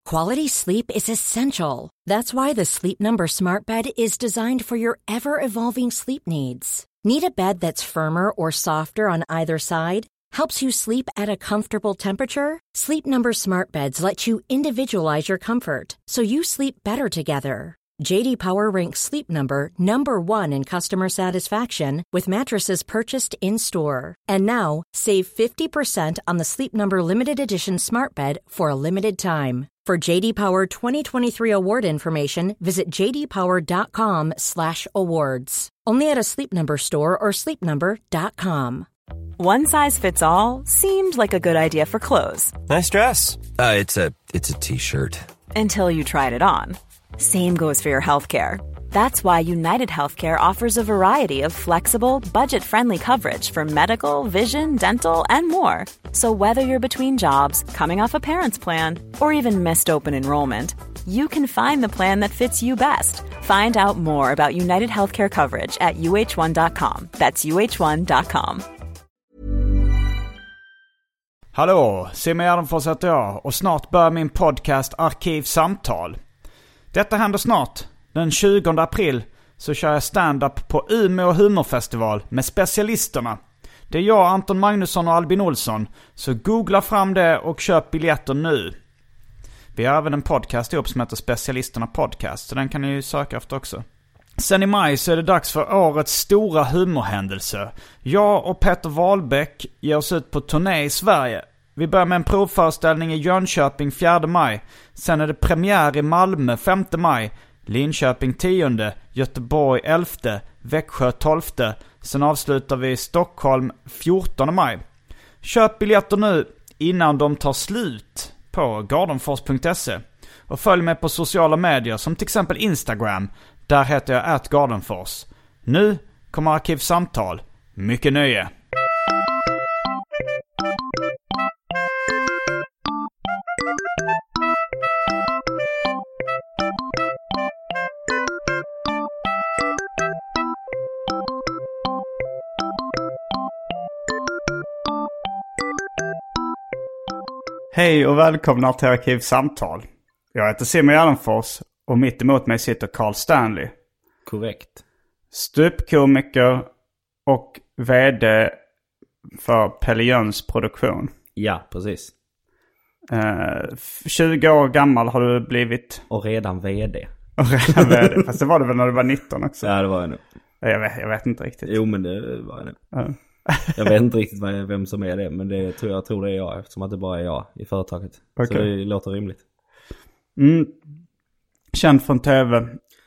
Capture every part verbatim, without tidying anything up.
Quality sleep is essential. That's why the Sleep Number Smart Bed is designed for your ever-evolving sleep needs. Need a bed that's firmer or softer on either side? Helps you sleep at a comfortable temperature? Sleep Number Smart Beds let you individualize your comfort, so you sleep better together. J D Power ranks Sleep Number number one in customer satisfaction with mattresses purchased in-store. And now, save fifty percent on the Sleep Number Limited Edition Smart Bed for a limited time. For J D Power twenty twenty-three award information, visit j d power dot com slash awards. Only at a Sleep Number store or sleep number dot com. One size fits all seemed like a good idea for clothes. Nice dress. Uh, it's a it's a t-shirt. Until you tried it on. Same goes for your healthcare. That's why United Healthcare offers a variety of flexible, budget-friendly coverage for medical, vision, dental, and more. So whether you're between jobs, coming off a parent's plan, or even missed open enrollment, you can find the plan that fits you best. Find out more about United Healthcare coverage at u h one dot com. That's u h one dot com. Hallå, Simon Gärdenfors heter jag och snart börjar min podcast Arkivsamtal. Detta händer snart. Den tjugonde april så kör jag stand-up på Umeå humorfestival med specialisterna. Det är jag, Anton Magnusson och Albin Olsson, så googla fram det och köp biljetter nu. Vi har även en podcast ihop som heter Specialisterna Podcast, så den kan ni ju söka efter också. Sen i maj så är det dags för årets stora humorhändelse. Jag och Peter Wahlbeck ger oss ut på turné i Sverige. Vi börjar med en provföreställning i Jönköping fjärde maj. Sen är det premiär i Malmö femte maj. Linköping tionde, Göteborg elfte, Växjö tolfte. Sen avslutar vi i Stockholm fjortonde maj. Köp biljetter nu innan de tar slut på gardenfors punkt se. Och följ mig på sociala medier som till exempel Instagram. Där heter jag at gardenfors. Nu kommer Arkivsamtal. Mycket nöje! Hej och välkomna till Arkivsamtal. Jag heter Simon Gärdenfors och mitt emot mig sitter Carl Stanley. Korrekt. Stupkomiker och vd för Pelle Jöns produktion. Ja, precis. Uh, tjugo år gammal har du blivit. Och redan vd. Och redan vd. Fast det var det väl när du var nitton också? Ja, det var jag nu. Jag vet, jag vet inte riktigt. Jo, men det var jag nu. Uh. Jag vet inte riktigt vem som är det, men det tror jag, tror det är jag, eftersom att det bara är jag i företaget. Okay. Så det låter rimligt. Mm. Känd från tv.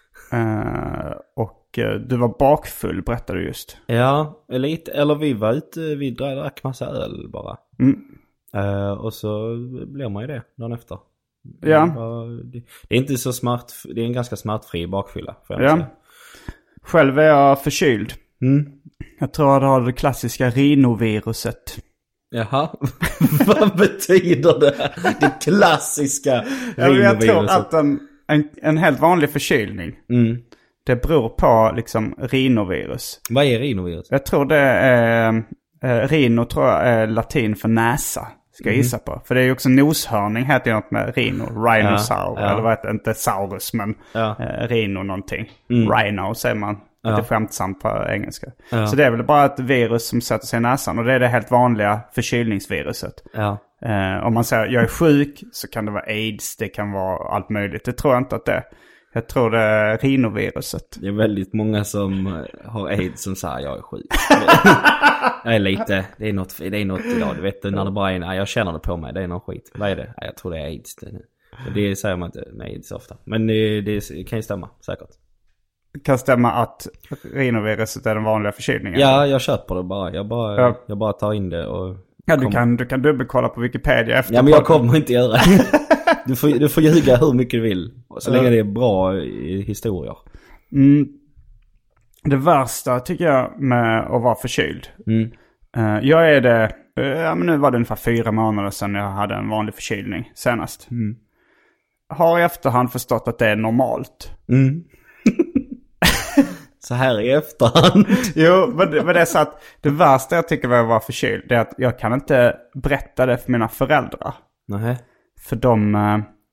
Uh, och uh, du var bakfull, berättade du just. Ja, lite. Eller vi var ute, vi drack massa öl bara. Mm. Uh, och så blir man ju det dagen efter. Ja. Det, det är inte så smart, det är en ganska smärtfri bakfylla. Får jag ja. säga. Själv är jag förkyld. Mm. Jag tror att du har det klassiska rhinoviruset. Jaha, vad betyder det? Det klassiska rhinoviruset. Jag tror att en, en, en helt vanlig förkylning, mm. det beror på liksom rhinovirus. Vad är rhinovirus? Jag tror det är, eh, rhino tror jag är latin för näsa. Ska jag gissa på. För det är ju också noshörning, heter något med rhino. Rhinosaur, ja, ja. Eller vad heter det? Inte saurus, men ja. eh, rhino någonting. Mm. Rhino säger man. Lite Ja. skämtsamt på engelska. Ja. Så det är väl bara ett virus som sätter sig i näsan. Och det är det helt vanliga förkylningsviruset. Ja. Eh, om man säger jag är sjuk så kan det vara AIDS. Det kan vara allt möjligt. Det tror jag inte att det är. Jag tror det är rhinoviruset. Det är väldigt många som har AIDS som säger jag är sjuk. Jag är lite, det är något, det är något idag. Du vet när det bara är, nej, jag känner det på mig, det är någon skit. Vad är det? Jag tror det är AIDS. Det, det säger man inte med AIDS ofta. Men det, det kan ju stämma, säkert. Kan stämma att rhinoviruset är den vanliga förkylningen? Ja, jag köper det bara. Jag bara, ja. jag bara tar in det och... Ja, du kan, du kan dubbelkolla på Wikipedia efter. Ja, men jag kommer inte göra det. Du får, du får ljuga hur mycket du vill. Så länge det är bra historier. Mm. Det värsta tycker jag med att vara förkyld. Mm. Uh, jag är det... Uh, ja, men nu var det ungefär fyra månader sedan jag hade en vanlig förkylning senast. Mm. Har i efterhand förstått att det är normalt. Mm. Så här i efterhand. Jo, men det, men det är så att det värsta jag tycker med att vara förkyld, det är att jag kan inte berätta det för mina föräldrar. Nej. För de,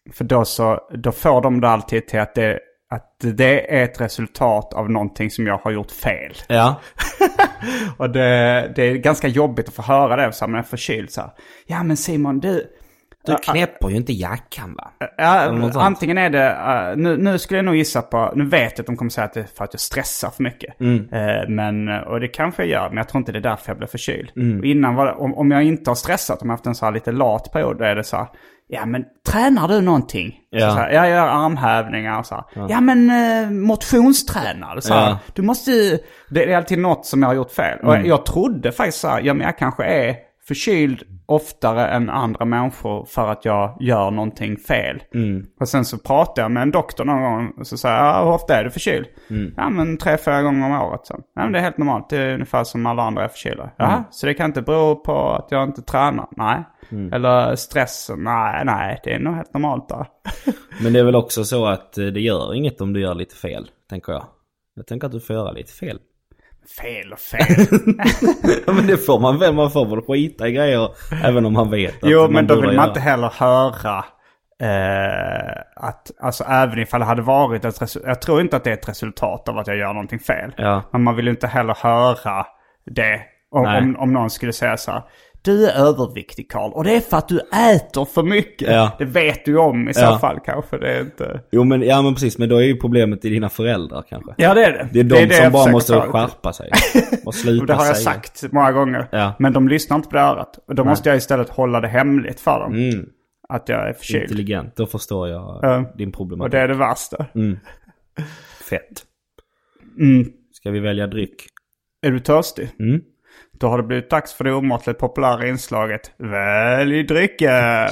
För då, så, då får de det alltid till att det, att det är ett resultat av någonting som jag har gjort fel. Ja. Och det, det är ganska jobbigt att få höra det så här, men jag är förkyld så här. Ja men Simon, du... Du knäpper ju inte jackan va? Ja, antingen är det... Uh, nu, nu skulle jag nog gissa på... Nu vet jag att de kommer säga att det är för att jag stressar för mycket. Mm. Uh, men, och det kanske jag gör, men jag tror inte det är därför jag blir förkyld. Mm. Och innan var det, om, om jag inte har stressat, om jag haft en så här lite lat period, då är det så här... Ja men tränar du någonting? Ja. Så här, jag gör armhävningar och så här. Ja. ja men uh, motionstränar. Så här. Ja. Du måste... Det är alltid något som jag har gjort fel. Mm. Och jag trodde faktiskt så här, ja men jag kanske är förkyld oftare än andra människor för att jag gör någonting fel. Mm. Och sen så pratade jag med en doktor någon gång och så sa jag, ja, hur ofta är du förkyld? Mm. Ja men tre, fyra gånger om året. Så. Ja men det är helt normalt, det är ungefär som alla andra är förkylda. Mm. Ja, så det kan inte bero på att jag inte tränar, nej. Mm. Eller stress, nej, nej, det är nog helt normalt där. Men det är väl också så att det gör inget om du gör lite fel, tänker jag. Jag tänker att du får göra lite fel. Fel och fel. Ja, men det får man väl. Man får väl skita i grejer även om man vet att jo, man men då vill man göra. Inte heller höra eh, att, alltså även ifall det hade varit ett resu- jag tror inte att det är ett resultat av att jag gör någonting fel. Ja. Men man vill inte heller höra det om, om, om någon skulle säga så här: du är överviktig Carl och det är för att du äter för mycket. Ja. Det vet du om i så ja. fall kanske. Det är inte... Jo men, ja, men precis, men då är ju problemet i dina föräldrar kanske. Ja det är det. Det är de det är det som bara måste skärpa sig och sluta. Och det har jag säga. sagt många gånger. Ja. Men de lyssnar inte på det örat. Och då Nej. måste jag istället hålla det hemligt för dem. Mm. Att jag är förkyld. Intelligent, då förstår jag uh, din problematik. Och det är det värsta. Mm. Fett. Mm. Ska vi välja dryck? Är du törstig? Mm. Då har det blivit dags för det omåttligt populära inslaget Välj drycken!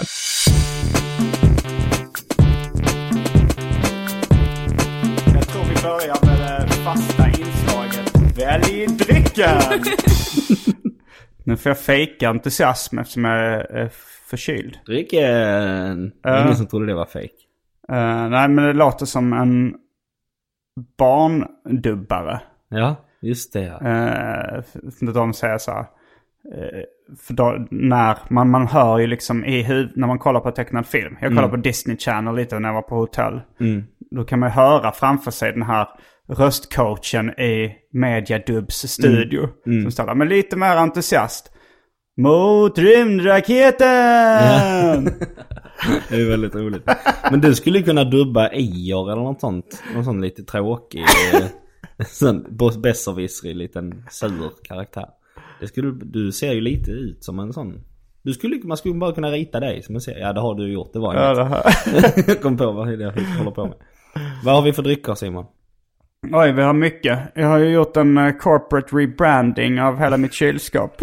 Jag tror vi börjar med det fasta inslaget Välj drycken! Nu får jag fejka entusiasm eftersom jag är förkyld. Drycken! Det är uh, ingen som trodde det var fake. Uh, nej, men det låter som en barndubbare. Ja. Just det, ja. Eh, de säger så här. Eh, för då, när man, man hör ju liksom i huv- när man kollar på tecknad film. Jag kollar mm. på Disney Channel lite när jag var på hotell. Mm. Då kan man höra framför sig den här röstcoachen i Mediadubs studio. Mm. Mm. Som står där med lite mer entusiast. Mot rymdraketen! Ja. Det är väldigt roligt. Men du skulle kunna dubba Eeyore eller något sånt. Någon sån lite tråkig... sån besserwissrig liten sur karaktär. Det skulle, du ser ju lite ut som en sån. Du skulle, man skulle bara kunna rita dig som en ser. Ja, det har du gjort. Det var ja, inget. Jag kom på vad det är jag håller på med. Vad har vi för drycker, Simon? Oj, vi har mycket. Jag har ju gjort en uh, corporate rebranding av hela mitt kylskåp.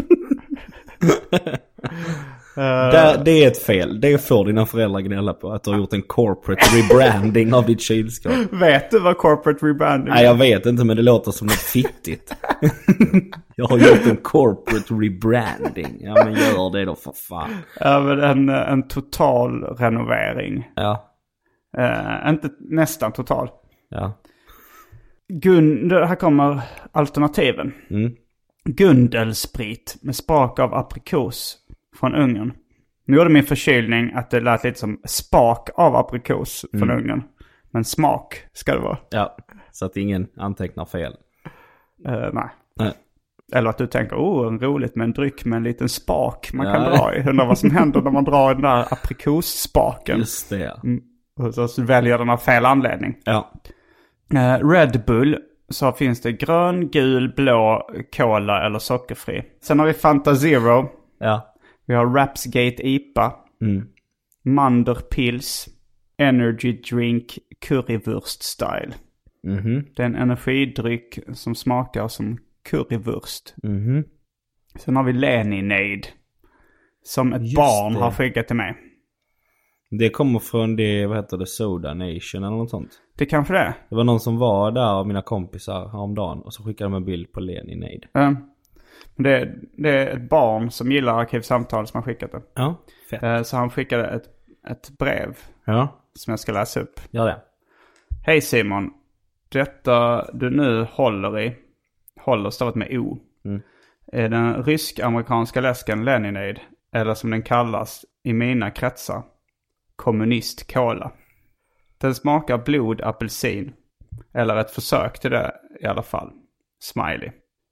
Uh, det, det är ett fel. Det får dina föräldrar gnälla på. Att du har gjort en corporate rebranding av ditt kylskåp. Vet du vad corporate rebranding är? Nej, jag vet inte, men det låter som något fittigt. Jag har gjort en corporate rebranding. Ja, men gör det då för fan. Ja, men en, en total renovering. Ja. Uh, inte nästan total. Ja. Gun, här kommer alternativen. Mm. Gundelsprit med spak av aprikos från Ungern. Nu gjorde min förkylning att det lät lite som spak av aprikos från mm. Ungern. Men smak ska det vara. Ja, så att ingen antecknar fel. Uh, nej. nej. Eller att du tänker, oh, en roligt med en dryck med en liten spak man ja. kan dra i. Undrar vad som händer när man drar i den där aprikosspaken. Just det, ja. Mm. Och så väljer den av fel anledning. Ja. Uh, Red Bull. Så finns det grön, gul, blå, cola eller sockerfri. Sen har vi Fanta Zero. Ja. Vi har Rapsgate I P A. Mm. Manderpils. Energy drink currywurst style. Mm-hmm. Det är en energidryck som smakar som currywurst. Mm-hmm. Sen har vi Leninade. Som ett Just barn det. har skickat till mig. Det kommer från det, vad heter det, Soda Nation eller något sånt. Det kanske det. Det var någon som var där av mina kompisar häromdagen och så skickade de en bild på Leninade. Mm. Det, det är ett barn som gillar Arkivsamtal som har skickat det. Ja, fett. Så han skickade ett, ett brev ja. som jag ska läsa upp. Ja, det. Hej Simon. Detta du nu håller i, håller stavat med O, mm. är den rysk-amerikanska läsken Leninade, eller som den kallas i mina kretsar, kommunist-cola. Den smakar blod, apelsin. Eller ett försök till det i alla fall. Smiley.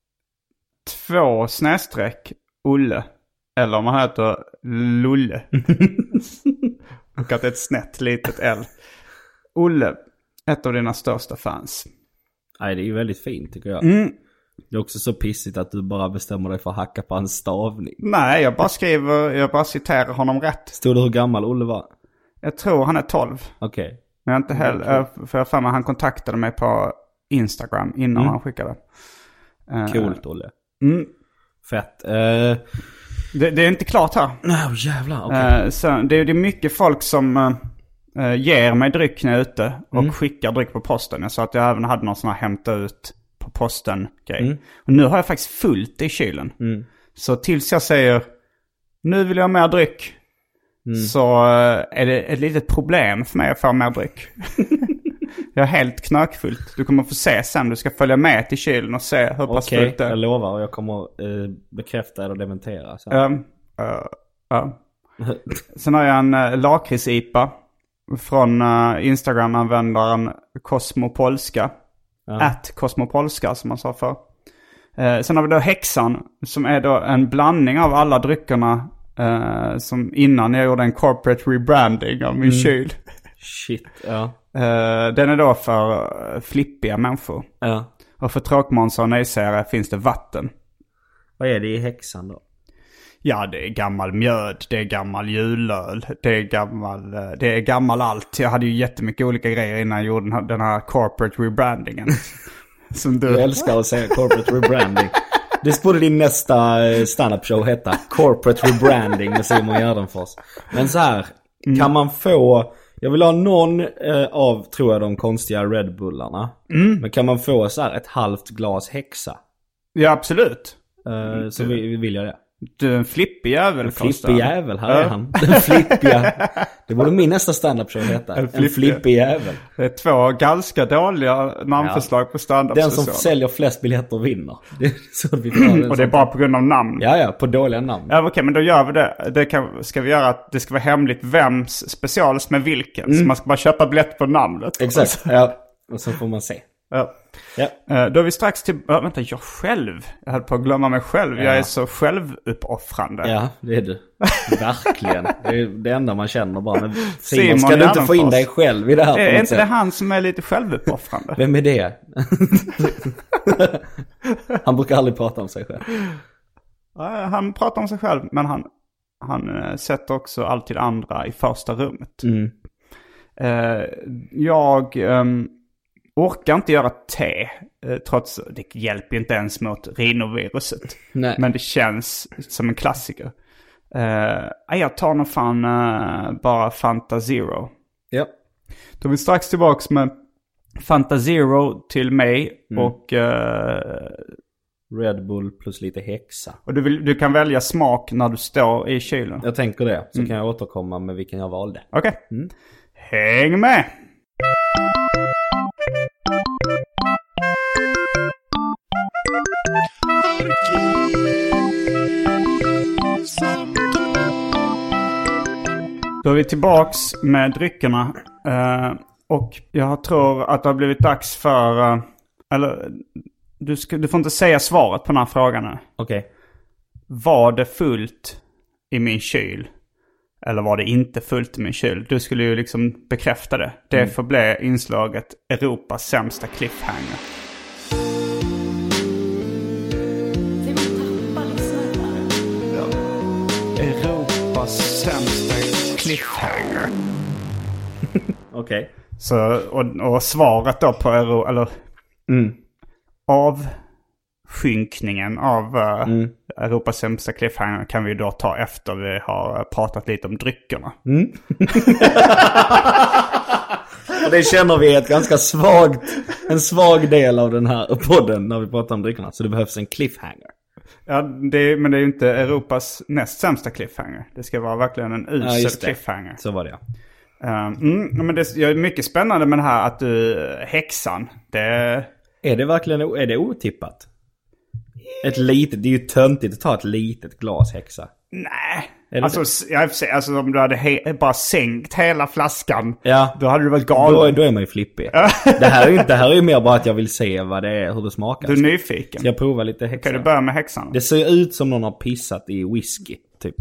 Två snedstreck Olle. Eller om man heter Lulle. Och att det är ett snett litet L. Olle, ett av dina största fans. Nej, det är ju väldigt fint tycker jag. Mm. Det är också så pissigt att du bara bestämmer dig för att hacka på en stavning. Nej, jag bara skriver, jag bara citerar honom rätt. Stod det hur gammal Olle var? Jag tror han är tolv. Okej. Okay. Men jag inte heller, okay. För jag för mig han kontaktade mig på Instagram innan mm. han skickade. Coolt Olle. Mm. Fett. Uh... Det, det är inte klart här. Nej, oh, jävlar. Okay. Uh, så det, det är mycket folk som uh, ger mig dryck när jag är ute och mm. skickar dryck på posten. Jag sa att jag även hade någon sån här hämta ut på posten grej. Mm. Och nu har jag faktiskt fullt i kylen. Mm. Så tills jag säger nu vill jag ha mer dryck. Mm. Så uh, är det ett litet problem för mig att få mer dryck. Jag är helt knökfullt. Du kommer få se sen. Du ska följa med till kylen och se hur pass fullt det är. Okej, jag lovar. Och jag kommer uh, bekräfta eller dementera sen. Um, uh, uh. Sen har jag en uh, lakrits-ipa från uh, Instagram-användaren Kosmopolska. Uh. At Kosmopolska som man sa för. Uh, sen har vi då häxan som är då en blandning av alla dryckerna uh, som innan jag gjorde en corporate rebranding av min mm. kyl. Shit, ja. Uh, den är då för uh, flippiga människor. Ja. Och för tråkmånsar och nejsägare finns det vatten. Vad är det i häxan då? Ja, det är gammal mjöd, det är gammal julöl, det är gammal, uh, det är gammal allt. Jag hade ju jättemycket olika grejer innan jag gjorde den här, den här corporate rebrandingen. Som du... Jag älskar att säga corporate rebranding. Det borde din nästa stand-up show heta. Corporate rebranding med Simon Gärdenfors. Men så här, mm. kan man få... Jag vill ha någon eh, av, tror jag, de konstiga Red Bullarna. Mm. Men kan man få så här ett halvt glas häxa? Ja, absolut. Eh, så vi, vill jag det. Du är en flippig jävel. En flippig jävel, här är han. Den flippiga. Det borde min nästa stand-up-show heta. En, en flippig jävel. Det är två ganska dåliga namnförslag ja. På stand-up. Den som säljer flest biljetter vinner. Det är så vi får och det är bara på grund av namn. Ja, ja, på dåliga namn. Ja, okej, okay, men då gör vi det. Det kan, ska vi göra att det ska vara hemligt vems specials med vilken. Mm. Så man ska bara köpa biljett på namnet. Exakt, ja. Och så får man se. Ja. Ja. Då är vi strax till... Äh, vänta, jag själv. Jag höll på att glömma mig själv. Ja. Jag är så självuppoffrande. Ja, det är du. Verkligen. Det är det enda man känner bara. Men Simon, Simon ska du inte få in dig själv i det här? Är inte sätt? Det han som är lite självuppoffrande? Vem är det? Han brukar aldrig prata om sig själv. Ja, han pratar om sig själv, men han, han sätter också alltid andra i första rummet. Mm. Uh, jag... Um, orkar inte göra te, trots det hjälper inte ens mot rhinoviruset. Nej. Men det känns som en klassiker. Uh, jag tar nog fan uh, bara Fanta Zero. Ja. Då är vi strax tillbaks med Fanta Zero till mig mm. och... Uh, Red Bull plus lite häxa. Och du, vill, du kan välja smak när du står i kylen. Jag tänker det, så mm. kan jag återkomma med vilken jag valde. Okej. Okay. Mm. Häng med! Då är vi tillbaks med dryckerna uh, och jag tror att det har blivit dags för uh, eller du, ska, du får inte säga svaret på den här frågan nu. Okej. Okay. Var det fullt i min kyl eller var det inte fullt i min kyl? Du skulle ju liksom bekräfta det. Det mm. får bli inslaget Europas sämsta cliffhanger. Europas sämsta cliffhanger. Okej. Okay. Så och, och svaret då på Euro, eller mm. avskynkningen av uh, mm. Europas sämsta cliffhanger kan vi då ta efter vi har pratat lite om dryckerna. Mm. Och det känner vi är ett ganska svagt, en svag del av den här podden när vi pratar om dryckerna. Så det behövs en cliffhanger. Ja, det, men det är ju inte Europas näst sämsta cliffhanger. Det ska vara verkligen en usel ja, cliffhanger. Så var det, ja. Um, mm, men det är mycket spännande med det här att du, häxan, det... Är det verkligen är det otippat? Ett litet, det är ju töntigt att ta ett litet glas häxa. Nej. Alltså, jag alltså om du hade he- bara sänkt hela flaskan, ja. Då hade du varit galen. Då, då är man ju flippig. det, här är ju, det här är ju mer bara att jag vill se vad det är, hur det smakar. Du är nyfiken. Ska jag prova lite häxa? Kan du börja med häxan? Det ser ut som någon har pissat i whisky, typ.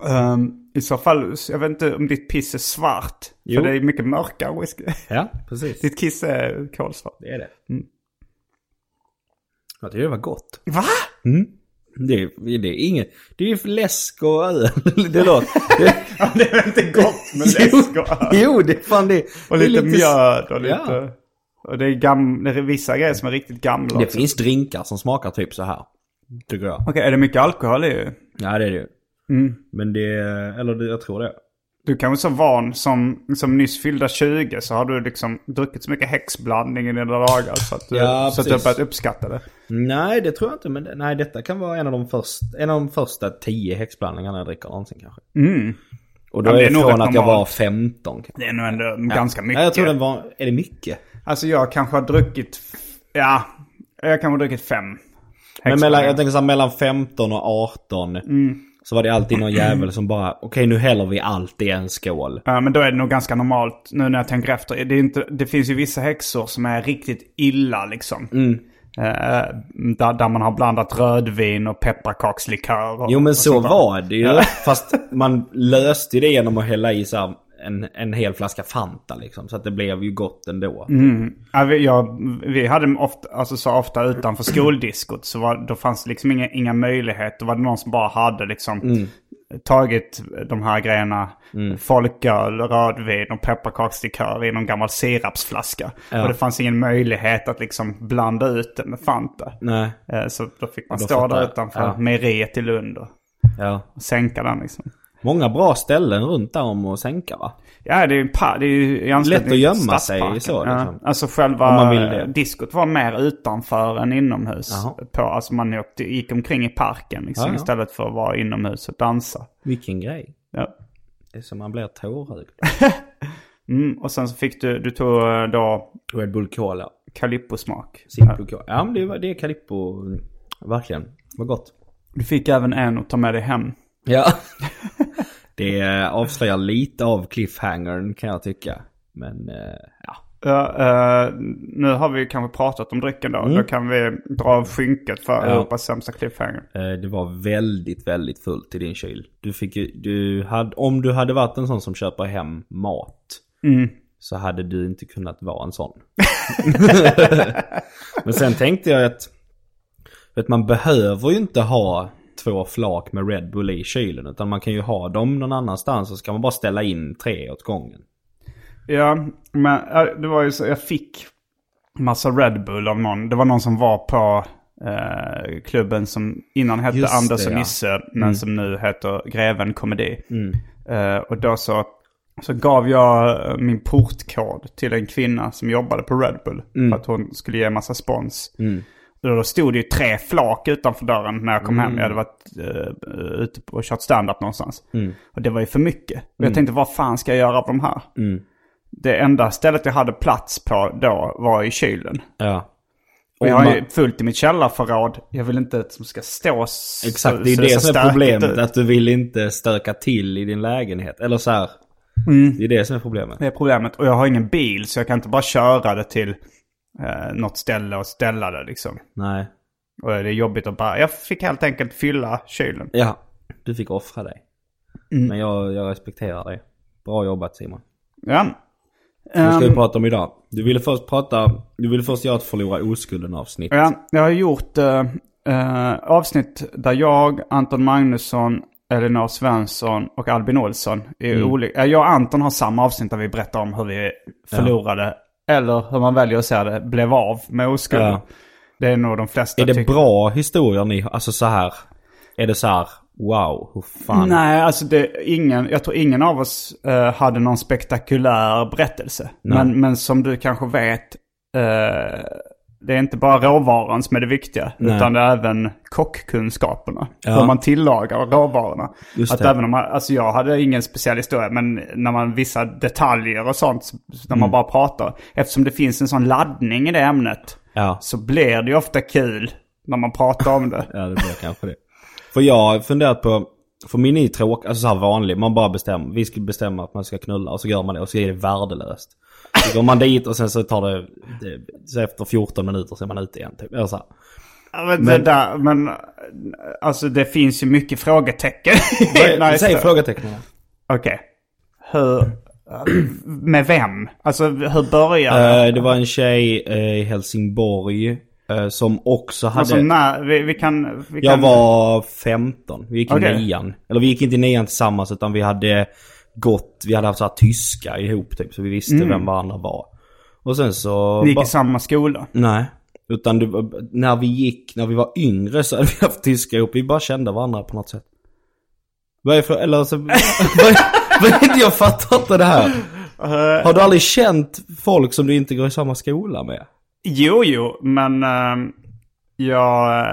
Um, I så fall, jag vet inte om ditt piss är svart. Jo. För det är mycket mörkare whisky. Ja, precis. Ditt kiss är kolsvart. Det är det. Mm. Jag tycker det var gott. Va? Mm. Det är, det är inget. Det är ju läsk och öl. Det låter. Det, ja, det är väl inte gott med läsk och öl. Jo, det är fan det. Och det lite lite mjöd och lite... Ja. Och det är, gam, det är vissa grejer som är riktigt gamla. Det också. finns drinkar som smakar typ så här. Tycker jag. Okej, okay, är det mycket alkohol i? Ja, det är det ju. Mm. Men det, eller det, jag tror det. Du kan vara så van som, som nyss fyllda tjugo, så har du liksom druckit så mycket häxblandning i dina dagar så att du, ja, så att du har börjat uppskatta det. Nej, det tror jag inte. Men det, nej, detta kan vara en av de första, en av de första tio häxblandningarna jag dricker någonsin kanske. Mm. Och då ja, är det det från att jag var femton. Kanske. Det är nog ändå ja. ganska mycket. Ja, jag tror den var, är det mycket? Alltså jag kanske har druckit, ja, jag kanske har druckit fem. Men mellan, jag tänker så här, mellan femton och arton mm. så var det alltid någon jävel som bara, okej okay, nu häller vi allt i en skål. Ja, men då är det nog ganska normalt nu när jag tänker efter. Det, är inte, det finns ju vissa häxor som är riktigt illa liksom. Mm. Eh, där, där man har blandat rödvin och pepparkakslikör. Och, jo men och så var det ju. Fast man löste det genom att hälla i så här en, en hel flaska Fanta liksom. Så att det blev ju gott ändå. Mm. Ja, vi, ja, vi hade ofta, alltså så ofta utanför skoldiskot. Så var, då fanns det liksom inga, inga möjligheter. Då var det någon som bara hade liksom mm. tagit de här grejerna. Mm. Folköl, rödvin och pepparkakslikör i någon gammal sirapsflaska. Ja. Och det fanns ingen möjlighet att liksom blanda ut det med Fanta. Nej. Så då fick man då stå där utanför ja. mejeriet i Lund och, ja. och sänka den liksom. Många bra ställen runt där om att sänka, va? Ja, det är ju pa- det är ju lätt att gömma sig så liksom. Ja. Alltså själva diskot var mer utanför än inomhus. På, alltså man åkte, gick omkring i parken liksom, ja, ja. istället för att vara inomhus och dansa. Vilken grej. Ja. Det är som man blir tårögd. mm, och sen så fick du, du tog då Red Bull Cola. Calippo-smak. Simpel Cola. Ja, men det, var, det är Calippo, verkligen. Vad gott. Du fick även en att ta med dig hem. Ja. Det avslöjar lite av cliffhangern kan jag tycka. Men ja. Uh, uh, nu har vi kanske pratat om drycken då. Mm. Då kan vi dra av skynket för ja. Europas sämsta cliffhanger. Uh, det var väldigt, väldigt fullt i din kyl. Du fick ju, du hade, om du hade varit en sån som köper hem mat. Mm. Så hade du inte kunnat vara en sån. Men sen tänkte jag att, att man behöver ju inte ha två flak med Red Bull i kylen, utan man kan ju ha dem någon annanstans och så kan man bara ställa in tre åt gången. Ja, men det var ju så, jag fick massa Red Bull av någon. Det var någon som var på eh, klubben som innan hette Just Anders det, och Nisse, ja. men mm. som nu heter Greven Komedi. Mm. Eh, och då så, så gav jag min portkod till en kvinna som jobbade på Red Bull mm. för att hon skulle ge massa spons. Mm. Då stod det ju tre flak utanför dörren när jag kom mm. hem. Jag hade varit uh, ute och kört stand-up någonstans. Mm. Och det var ju för mycket. Och jag mm. tänkte, vad fan ska jag göra av de här? Mm. Det enda stället jag hade plats på då var i kylen. Ja. Och jag har ju fullt i mitt källarförråd. Jag vill inte att det ska stå så. Exakt, det är det som är problemet. Ut. Att du vill inte stöka till i din lägenhet. Eller så här. Mm. Det är det som är problemet. Det är problemet. Och jag har ingen bil så jag kan inte bara köra det till Eh, något ställe och ställa det liksom. Nej. Och det är jobbigt att bara, jag fick helt enkelt fylla kylen. Ja, du fick offra dig. Mm. Men jag, jag respekterar dig. Bra jobbat, Simon. Ja. Vad ska um, vi prata om idag? Du ville först prata, du ville först göra ett förlora oskulden avsnitt. Ja, jag har gjort uh, uh, avsnitt där jag, Anton Magnusson, Elinor Svensson och Albin Olsson är mm. olika. Jag och Anton har samma avsnitt där vi berättar om hur vi förlorade ja. Eller hur man väljer att säga det, blev av med oskuld. Ja. Det är nog de flesta. Är det tycker... bra historier ni, alltså så här, är det så här, wow, hur fan? Nej, alltså det, ingen, jag tror ingen av oss uh, hade någon spektakulär berättelse. Men, men som du kanske vet, uh, det är inte bara råvaran som är det viktiga. Nej. Utan det är även kockkunskaperna. Ja. Hur man tillagar råvarorna. Just att det. Även om man, alltså jag hade ingen speciell historia, men när man vissa detaljer och sånt, när man mm. bara pratar. Eftersom det finns en sån laddning i det ämnet, ja. Så blir det ju ofta kul när man pratar om det. Ja, det blir kanske det. För jag har funderat på, för min är tråk, alltså så här vanlig, man bara bestämmer, vi ska bestämma att man ska knulla och så gör man det och så är det värdelöst. Så går man dit och sen så tar det, det så efter fjorton minuter så är man ute igen typ. Eller så här. Ja, men, men, det där, men alltså det finns ju mycket frågetecken. Nej, säg frågetecknen. Okej. Okay. Hur, med vem? Alltså hur började det? Uh, det var en tjej uh, i Helsingborg uh, som också hade... Alltså när, vi, vi kan... Vi jag kan... var femton, vi gick okay. i nian. Eller vi gick inte i nian tillsammans utan vi hade gått, vi hade haft så här tyska ihop typ. Så vi visste mm. vem varandra var. Och sen så... Ni gick ba... i samma skola? Nej. Utan det, när vi gick, när vi var yngre så hade vi haft tyska ihop. Vi bara kände varandra på något sätt. Vad är för, eller så... vad är det, jag fattar inte det här. Uh, Har du aldrig känt folk som du inte går i samma skola med? Jo, jo, men uh, ja,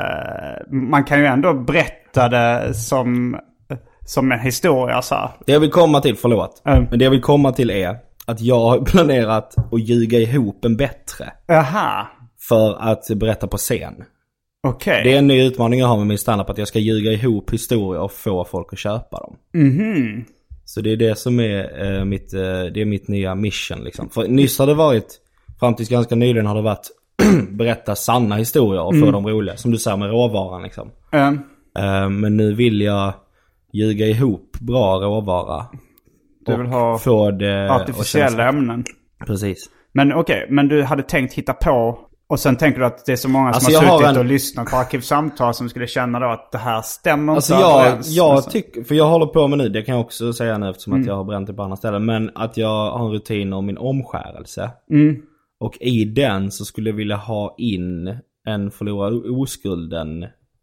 man kan ju ändå berätta det som, som en historia så här. Det jag vill komma till, förlåt. Uh. Men det jag vill komma till är att jag har planerat att ljuga ihop en bättre. Aha. För att berätta på scen. Okej. Okay. Det är en ny utmaning jag har med min stand-up, att jag ska ljuga ihop historier och få folk att köpa dem. Mhm. Så det är det som är, eh, mitt, eh, det är mitt nya mission liksom. För nyss har det varit, fram tills ganska nyligen har det varit berätta sanna historier och få mm. dem roliga. Som du säger med råvaran liksom. Mm. Eh, men nu vill jag ljuga ihop bra råvara. Du vill ha få det artificiella ämnen. Precis. Men okej, okay, men du hade tänkt hitta på... Och sen tänker du att det är så många alltså som har suttit har en... och lyssnat på Arkivsamtal som skulle känna då att det här stämmer alltså inte jag, överens. jag alltså. tycker, för jag håller på med nu, det kan jag också säga nu eftersom mm. att jag har bränt det på andra ställen. Men att jag har en rutin om min omskärelse. Mm. Och i den så skulle jag vilja ha in en förlora oskulden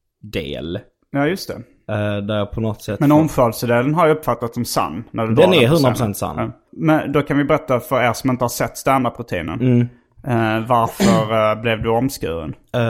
del. Ja, just det. Uh, där jag på något sätt... Men omskärelsedelen har jag uppfattat som sann. När du den är hundra procent sann. Ja. Men då kan vi berätta för er som inte har sett stand-up-rutinen. Mm. Uh, varför uh, blev du omskuren?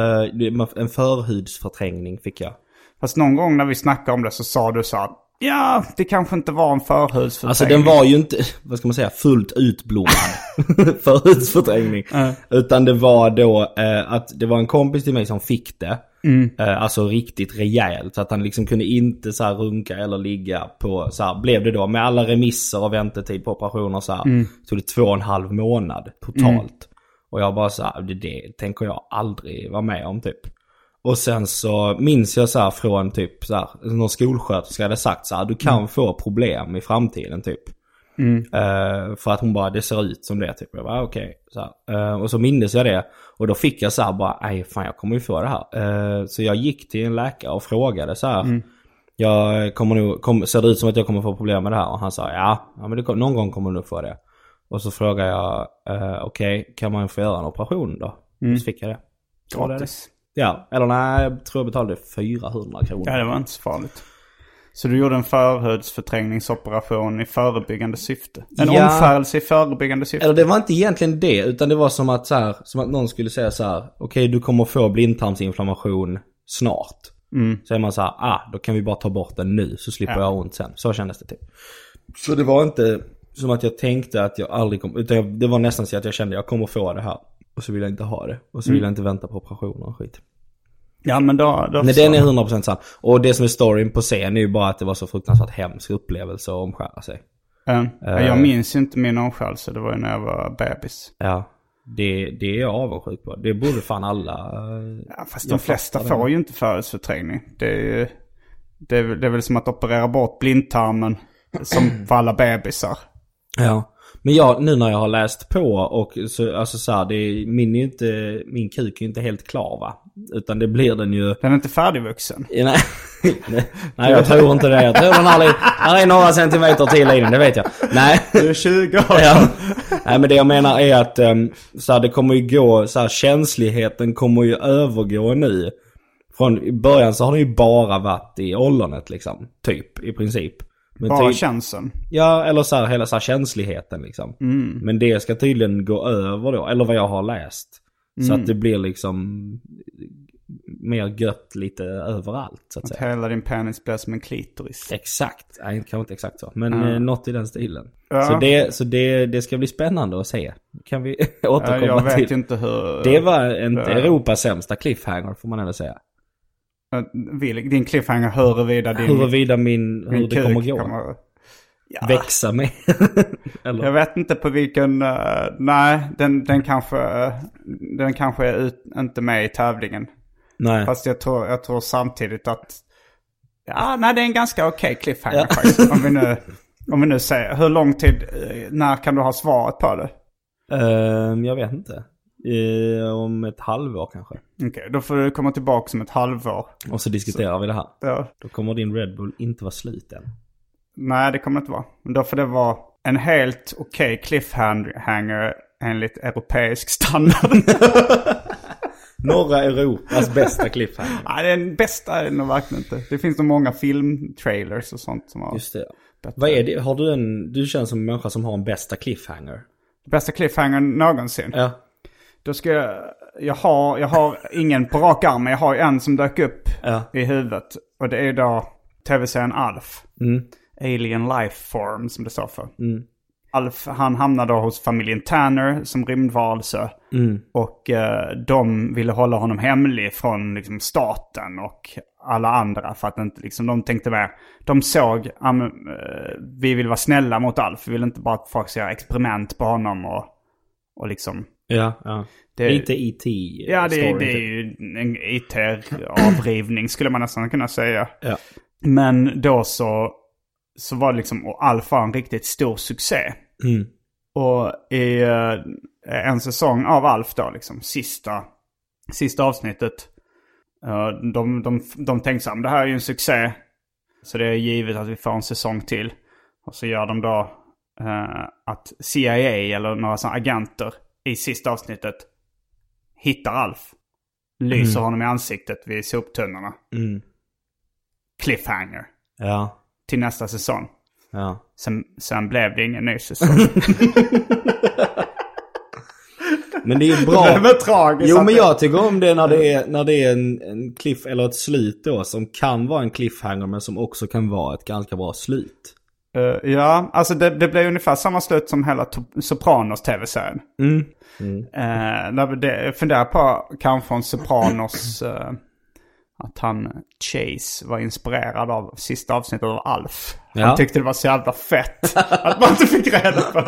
Uh, en förhudsförträngning fick jag. Fast någon gång när vi snackade om det så sa du så att ja, det kanske inte var en förhudsförträngning. Alltså den var ju inte, vad ska man säga, fullt utblommad förhudsförträngning. Uh. Utan det var då uh, att det var en kompis till mig som fick det. Mm. Uh, alltså riktigt rejält. Så att han liksom kunde inte så här runka eller ligga på, så här blev det då. Med alla remisser och väntetid på operationer så här. Mm. Så det två och en halv månad totalt. Mm. Och jag bara så här, det, det tänker jag aldrig vara med om typ. Och sen så minns jag så här från typ så här, någon skolsköterska hade sagt så här, du kan mm. få problem i framtiden typ. Mm. Uh, för att hon bara, det ser ut som det typ. Jag bara, okej. Okay. Uh, och så minns jag det. Och då fick jag så här bara, nej fan jag kommer ju få det här. Uh, så jag gick till en läkare och frågade så här. Mm. Jag kommer nog, kom, ser det ut som att jag kommer få problem med det här? Och han sa, ja, ja men det, någon gång kommer du nog få det. Och så frågade jag, uh, okej, okay, kan man få göra en operation då? Mm. Så fick jag det. Gratis. Ja, eller nej, jag tror jag betalade fyrahundra kronor. Ja, det var inte så farligt. Så du gjorde en förhudsförträngningsoperation i förebyggande syfte? En ja. omskärelse i förebyggande syfte? Eller det var inte egentligen det, utan det var som att, så här, som att någon skulle säga så här: okej, okay, du kommer få blindtarmsinflammation snart. Mm. Så är man så här, ah, då kan vi bara ta bort den nu så slipper ja. jag ont sen. Så kändes det typ. Så det var inte som att jag tänkte att jag aldrig kom, utan jag, det var nästan så att jag kände att jag kommer få det här. Och så vill jag inte ha det. Och så vill mm. jag inte vänta på operationer och skit. Ja, men då... då men den är hundra procent sann. Och det som är storyn på scen är ju bara att det var så fruktansvärt hemsk upplevelse att omskära sig. Mm. Uh, jag minns inte min omskärelse. Det var ju när jag var bebis. Ja, det, det är jag avundsjuk på. Det borde fan alla... Ja, fast de flesta får ju inte förhudsförträngning. Det är ju... Det är, det är väl som att operera bort blindtarmen som för alla bebisar. Ja. Men jag, nu när jag har läst på och så, alltså så här, det är, min, är inte, min kuk är inte helt klar va? Utan det blir den ju... Den är inte färdigvuxen. Ja, nej, nej, nej, jag tror inte det. Jag tror den har, här är några centimeter till i den, det vet jag. Nej. Du är tjugo år. Ja. Nej, men det jag menar är att um, så här, det kommer ju gå, så här, känsligheten kommer ju övergå nu. Från början så har det ju bara varit i ollonet liksom, typ, i princip. Men bara typ, känslan. Ja, eller så här, hela så här känsligheten liksom. Mm. Men det ska tydligen gå över då, eller vad jag har läst. Mm. Så att det blir liksom mer gött lite överallt så att, att säga. hela din penis blir som en klitoris. Exakt, nej kanske inte exakt så. Men mm. eh, något i den stilen. Ja. Så, det, så det, det ska bli spännande att se. Kan vi återkomma till. Jag vet till. Inte hur... Det var inte ja. Europas sämsta cliffhanger får man ändå säga. Din cliffhanger huruvida din... Huruvida min, hur min det kommer gå. Kommer... Ja. Växa med. Eller? Jag vet inte på vilken... Uh, nej, den, den kanske, uh, den kanske är ut, inte med i tävlingen. Nej. Fast jag tror, jag tror samtidigt att... Ja, nej, det är en ganska okej okay cliffhanger ja. faktiskt. Om vi, nu, om vi nu säger... Hur lång tid... Uh, när kan du ha svaret på det? Uh, jag vet inte. Uh, om ett halvår kanske. Okej, okay, då får du komma tillbaka om ett halvår. Och så diskuterar så, vi det här. Ja. Då kommer din Red Bull inte vara slut än. Nej, det kommer inte vara. Men då får det vara en helt okej okay cliffhanger enligt europeisk standard. Norra Europas bästa cliffhanger. Nej, den bästa är det nog verkligen inte. Det finns nog många filmtrailers och sånt som har... Just det. Bättre. Vad är det? Har du en... Du känns som en människa som har en bästa cliffhanger. Bästa cliffhanger någonsin? Ja. Då ska jag... Jag har, jag har ingen på rak arm, men jag har en som dök upp ja. i huvudet. Och det är då tv-serien Alf. Mm. Alien Life Form som det står för. Mm. Alf, han hamnade då hos familjen Tanner som rymdvarelse. Mm. Och eh, de ville hålla honom hemlig från liksom, staten och alla andra. För att inte, liksom, de tänkte väl, de såg, um, uh, vi vill vara snälla mot Alf. Vi vill inte bara att folk ska göra experiment på honom och, och liksom... Ja, ja. Det, lite E T. Ja, det, det är ju en I T-avrivning skulle man nästan kunna säga. Ja. Men då så, så var det liksom, och Alf var en riktigt stor succé. Mm. Och i uh, en säsong av Alf då, liksom, sista, sista avsnittet, uh, de, de, de tänkte så här, det här är ju en succé. Så det är givet att vi får en säsong till. Och så gör de då uh, att C I A eller några sådana agenter i sista avsnittet hittar Alf. Lyser mm. honom i ansiktet vid soptunnorna. Mm. Cliffhanger. Ja. Till nästa säsong. Ja. Sen, sen blev det ingen ny säsong. Men det är ju bra. Det är tragiskt. Jo, men jag tycker om det när det är, när det är en, en cliff eller ett slut då. Som kan vara en cliffhanger men som också kan vara ett ganska bra slut. Uh, ja, alltså det, det blev ungefär samma slut som hela to- Sopranos tv-serien. Mm. Mm. Uh, när det, jag funderar på kanske från Sopranos uh, att han, Chase, var inspirerad av sista avsnittet av Alf. Han ja. tyckte det var så jävla fett att man inte fick reda på.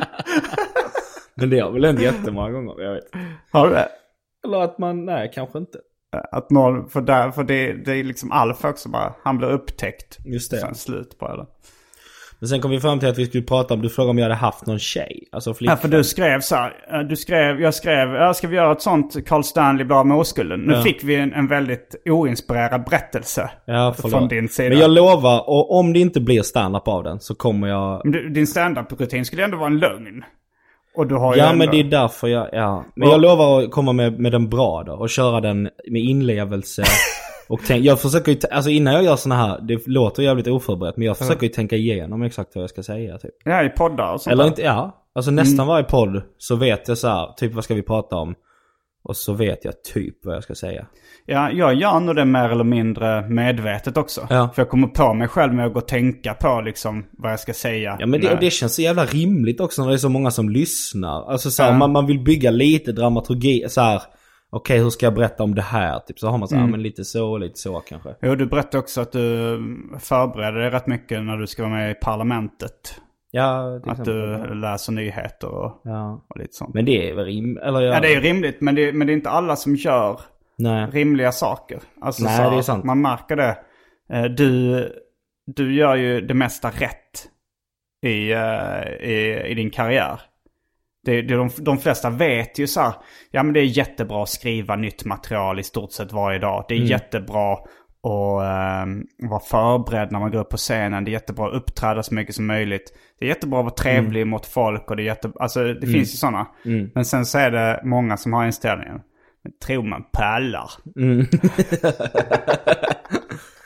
Men det har väl ändå jättemånga gånger, jag vet. Har du det? Eller att man, nej kanske inte. Att någon, för, där, för det, det är liksom Alf också bara, han blir upptäckt. Just det. Sen slut på det. Men sen kom vi fram till att vi skulle prata om, du frågade om jag hade haft någon tjej. Alltså flickvän. Ja, för du skrev så här, du skrev, jag skrev, ja, ska vi göra ett sånt Carl Stanley blir av med oskulden? Nu ja. fick vi en, en väldigt oinspirerad berättelse ja, från din sida. Men jag lovar, och om det inte blir stand-up av den så kommer jag... Men du, din stand-up-rutin skulle ändå vara en lögn. Och du har ja, ändå... men det är därför jag, ja. Men jag lovar att komma med, med den bra då. Och köra den med inlevelse. Och tänk, jag försöker ju, t- alltså innan jag gör såna här, det låter jävligt oförberett, men jag försöker ju tänka igenom exakt vad jag ska säga typ. Ja, i poddar och sånt. Eller inte, ja. Alltså nästan mm. varje podd så vet jag så här, typ vad ska vi prata om? Och så vet jag typ vad jag ska säga. Ja, jag gör nog det mer eller mindre medvetet också. Ja. För jag kommer på mig själv med att gå och tänka på liksom vad jag ska säga. Ja, men det, det känns så jävla rimligt också när det är så många som lyssnar. Alltså så här, ja. man, man vill bygga lite dramaturgi så här. Okej, okay, hur ska jag berätta om det här? Typ så har man så här, mm. men lite så och lite så kanske. Jo, du berättade också att du förbereder dig rätt mycket när du ska vara med i parlamentet. Ja, att du läser nyheter och, ja. och lite sånt. Men det är väl rim eller jag... Ja, det är rimligt, men det, men det är inte alla som gör Nej. rimliga saker. Alltså, Nej, så, det är sant. Man märker det. Du, du gör ju det mesta rätt i, i, i din karriär. Det, det, de, de flesta vet ju så här, ja men det är jättebra att skriva nytt material i stort sett varje dag. Det är mm. jättebra att um, vara förberedd när man går upp på scenen. Det är jättebra att uppträda så mycket som möjligt. Det är jättebra att vara trevlig mm. mot folk. Och det är jätte, alltså det mm. finns ju sådana. Mm. Men sen så är det många som har inställningen. Men tror man pallar. Mm.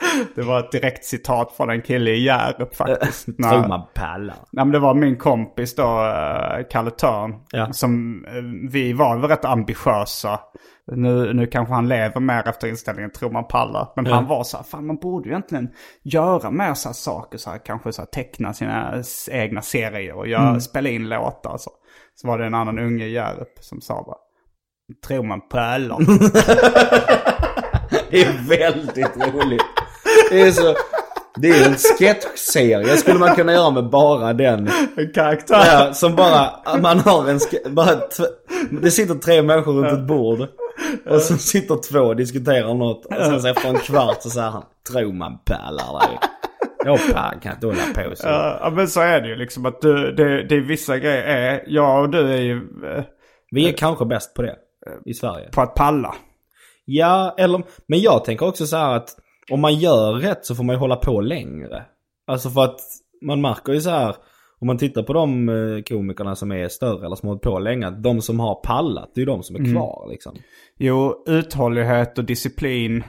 Det var ett direkt citat från en kille i Hjärup faktiskt. Tror man pallar. Nej, men det var min kompis då, Kalle Törn. Ja. Som, vi var väl rätt ambitiösa. Nu, nu kanske han lever mer efter inställningen, tror man pallar. Men ja. Han var så här, fan man borde ju egentligen göra mer så här saker. Så här, kanske så här, teckna sina egna serier och göra, mm. spela in låtar. Så. så var det en annan unge i Hjärup som sa bara, tror man pallar. Det är väldigt roligt. Det är så... Det är en sketchserie. Skulle man kunna göra med bara den en karaktär. Ja, som bara man har en ske- bara t- det sitter tre människor runt ett bord och så sitter två och diskuterar något och sen så efter en kvart så säger han, tror man pallar dig. Jag kan inte hålla på så. Ja, men så är det ju liksom att du, det, det är vissa grejer är, jag och du är ju eh, vi är kanske bäst på det i Sverige. På att palla. Ja, eller men jag tänker också så här att om man gör rätt så får man ju hålla på längre. Alltså för att man märker ju så här, om man tittar på de komikerna som är större eller som har hållit på länge, att de som har pallat, det är ju de som är kvar mm. liksom. Jo, uthållighet och disciplin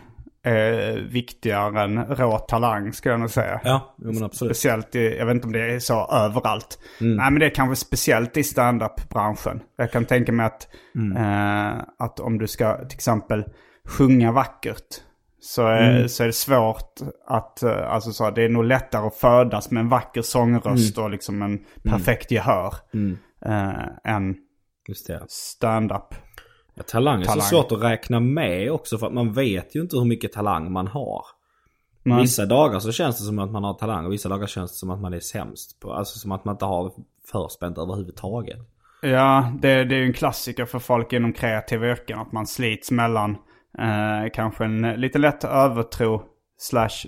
är viktigare än rå talang, ska jag nog säga. Ja, men absolut. Speciellt i, jag vet inte om det är så överallt. Mm. Nej, men det är kanske speciellt i stand-up-branschen. Jag kan tänka mig att, mm. eh, att om du ska till exempel sjunga vackert, Så är, mm. så är det svårt att, alltså så, det är nog lättare att födas med en vacker sångröst mm. och liksom en perfekt gehör mm. äh, än just det. Stand-up. Ja, talang är talang. Så svårt att räkna med också för att man vet ju inte hur mycket talang man har. Mm. Vissa dagar så känns det som att man har talang och vissa dagar känns det som att man är sämst på, alltså som att man inte har förspänt överhuvudtaget. Ja, det, det är ju en klassiker för folk inom kreativa yrken att man slits mellan Eh, kanske en lite lätt övertro slash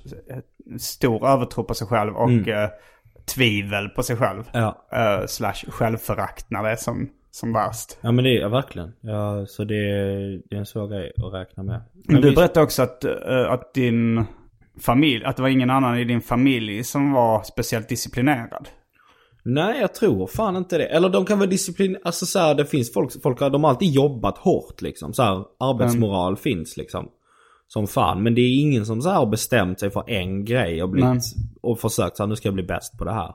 stor övertro på sig själv och mm. eh, tvivel på sig själv ja. eh, slash självförakt när det är som, som värst. Ja, men det är ja, verkligen ja, så det är, det är en svår grej att räkna med. Men du vi... berättade också att, uh, att din familj, att det var ingen annan i din familj som var speciellt disciplinerad. Nej, jag tror fan inte det. Eller de kan vara disciplin, alltså så här, det finns folk, folk de har alltid jobbat hårt liksom, så här, arbetsmoral mm. finns liksom som fan, men det är ingen som så här har bestämt sig för en grej och blivit och försökt så här, nu ska jag bli bäst på det här.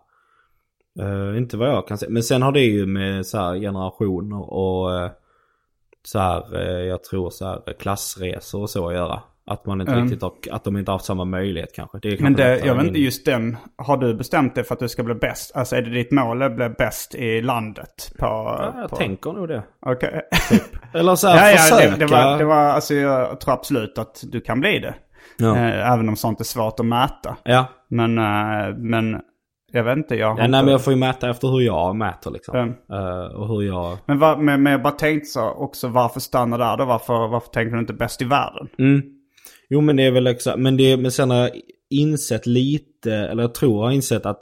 Uh, inte vad jag kan säga, men sen har det ju med så här generationer och uh, så här uh, jag tror så här klassresor och så att göra. Att man inte mm. riktigt har, att de inte har haft samma möjlighet kanske. Det är men kanske det, jag vet inte just den. Har du bestämt dig för att du ska bli bäst? Alltså är det ditt mål att bli bäst i landet? På, ja, jag på... tänker nog det. Okej. Okay. Typ. Eller så här ja, försöka. Ja, det, det, var, det var, alltså jag tror absolut att du kan bli det. Ja. Eh, även om sånt är svårt att mäta. Ja. Men, eh, men jag vet inte. Jag, ja, inte... nej, men jag får ju mäta efter hur jag mäter liksom. Mm. Uh, och hur jag... Men, var, men, men jag bara tänkte så också, varför stanna där då? Varför, varför tänker du inte bäst i världen? Mm. Jo, men det är väl exakt, men det men sen har jag insett lite, eller jag tror jag har insett att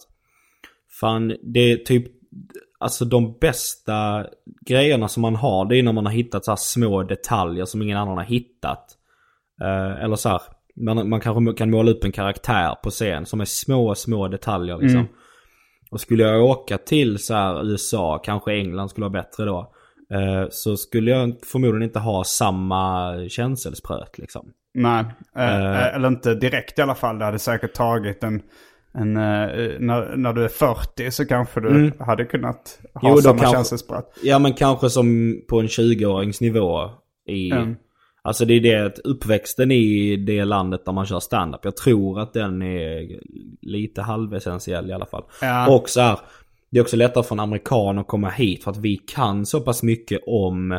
fan, det är typ alltså de bästa grejerna som man har, det är när man har hittat så här små detaljer som ingen annan har hittat. Uh, eller så här, man, man kanske kan måla upp en karaktär på scen som är små, små detaljer liksom. Mm. Och skulle jag åka till så här U S A, kanske England skulle vara bättre då, uh, så skulle jag förmodligen inte ha samma känselspröt liksom. Nej, uh, eller inte direkt i alla fall. Det hade säkert tagit en, en uh, när, när du är fyrtio så kanske du mm. hade kunnat ha jo, samma känselspröt. Ja, men kanske som på en tjugo-årings nivå i, mm. alltså det är det att uppväxten i det landet där man kör stand-up, jag tror att den är lite halvessentiell i alla fall. Ja. Och så här, det är också lättare för en amerikan att komma hit för att vi kan så pass mycket om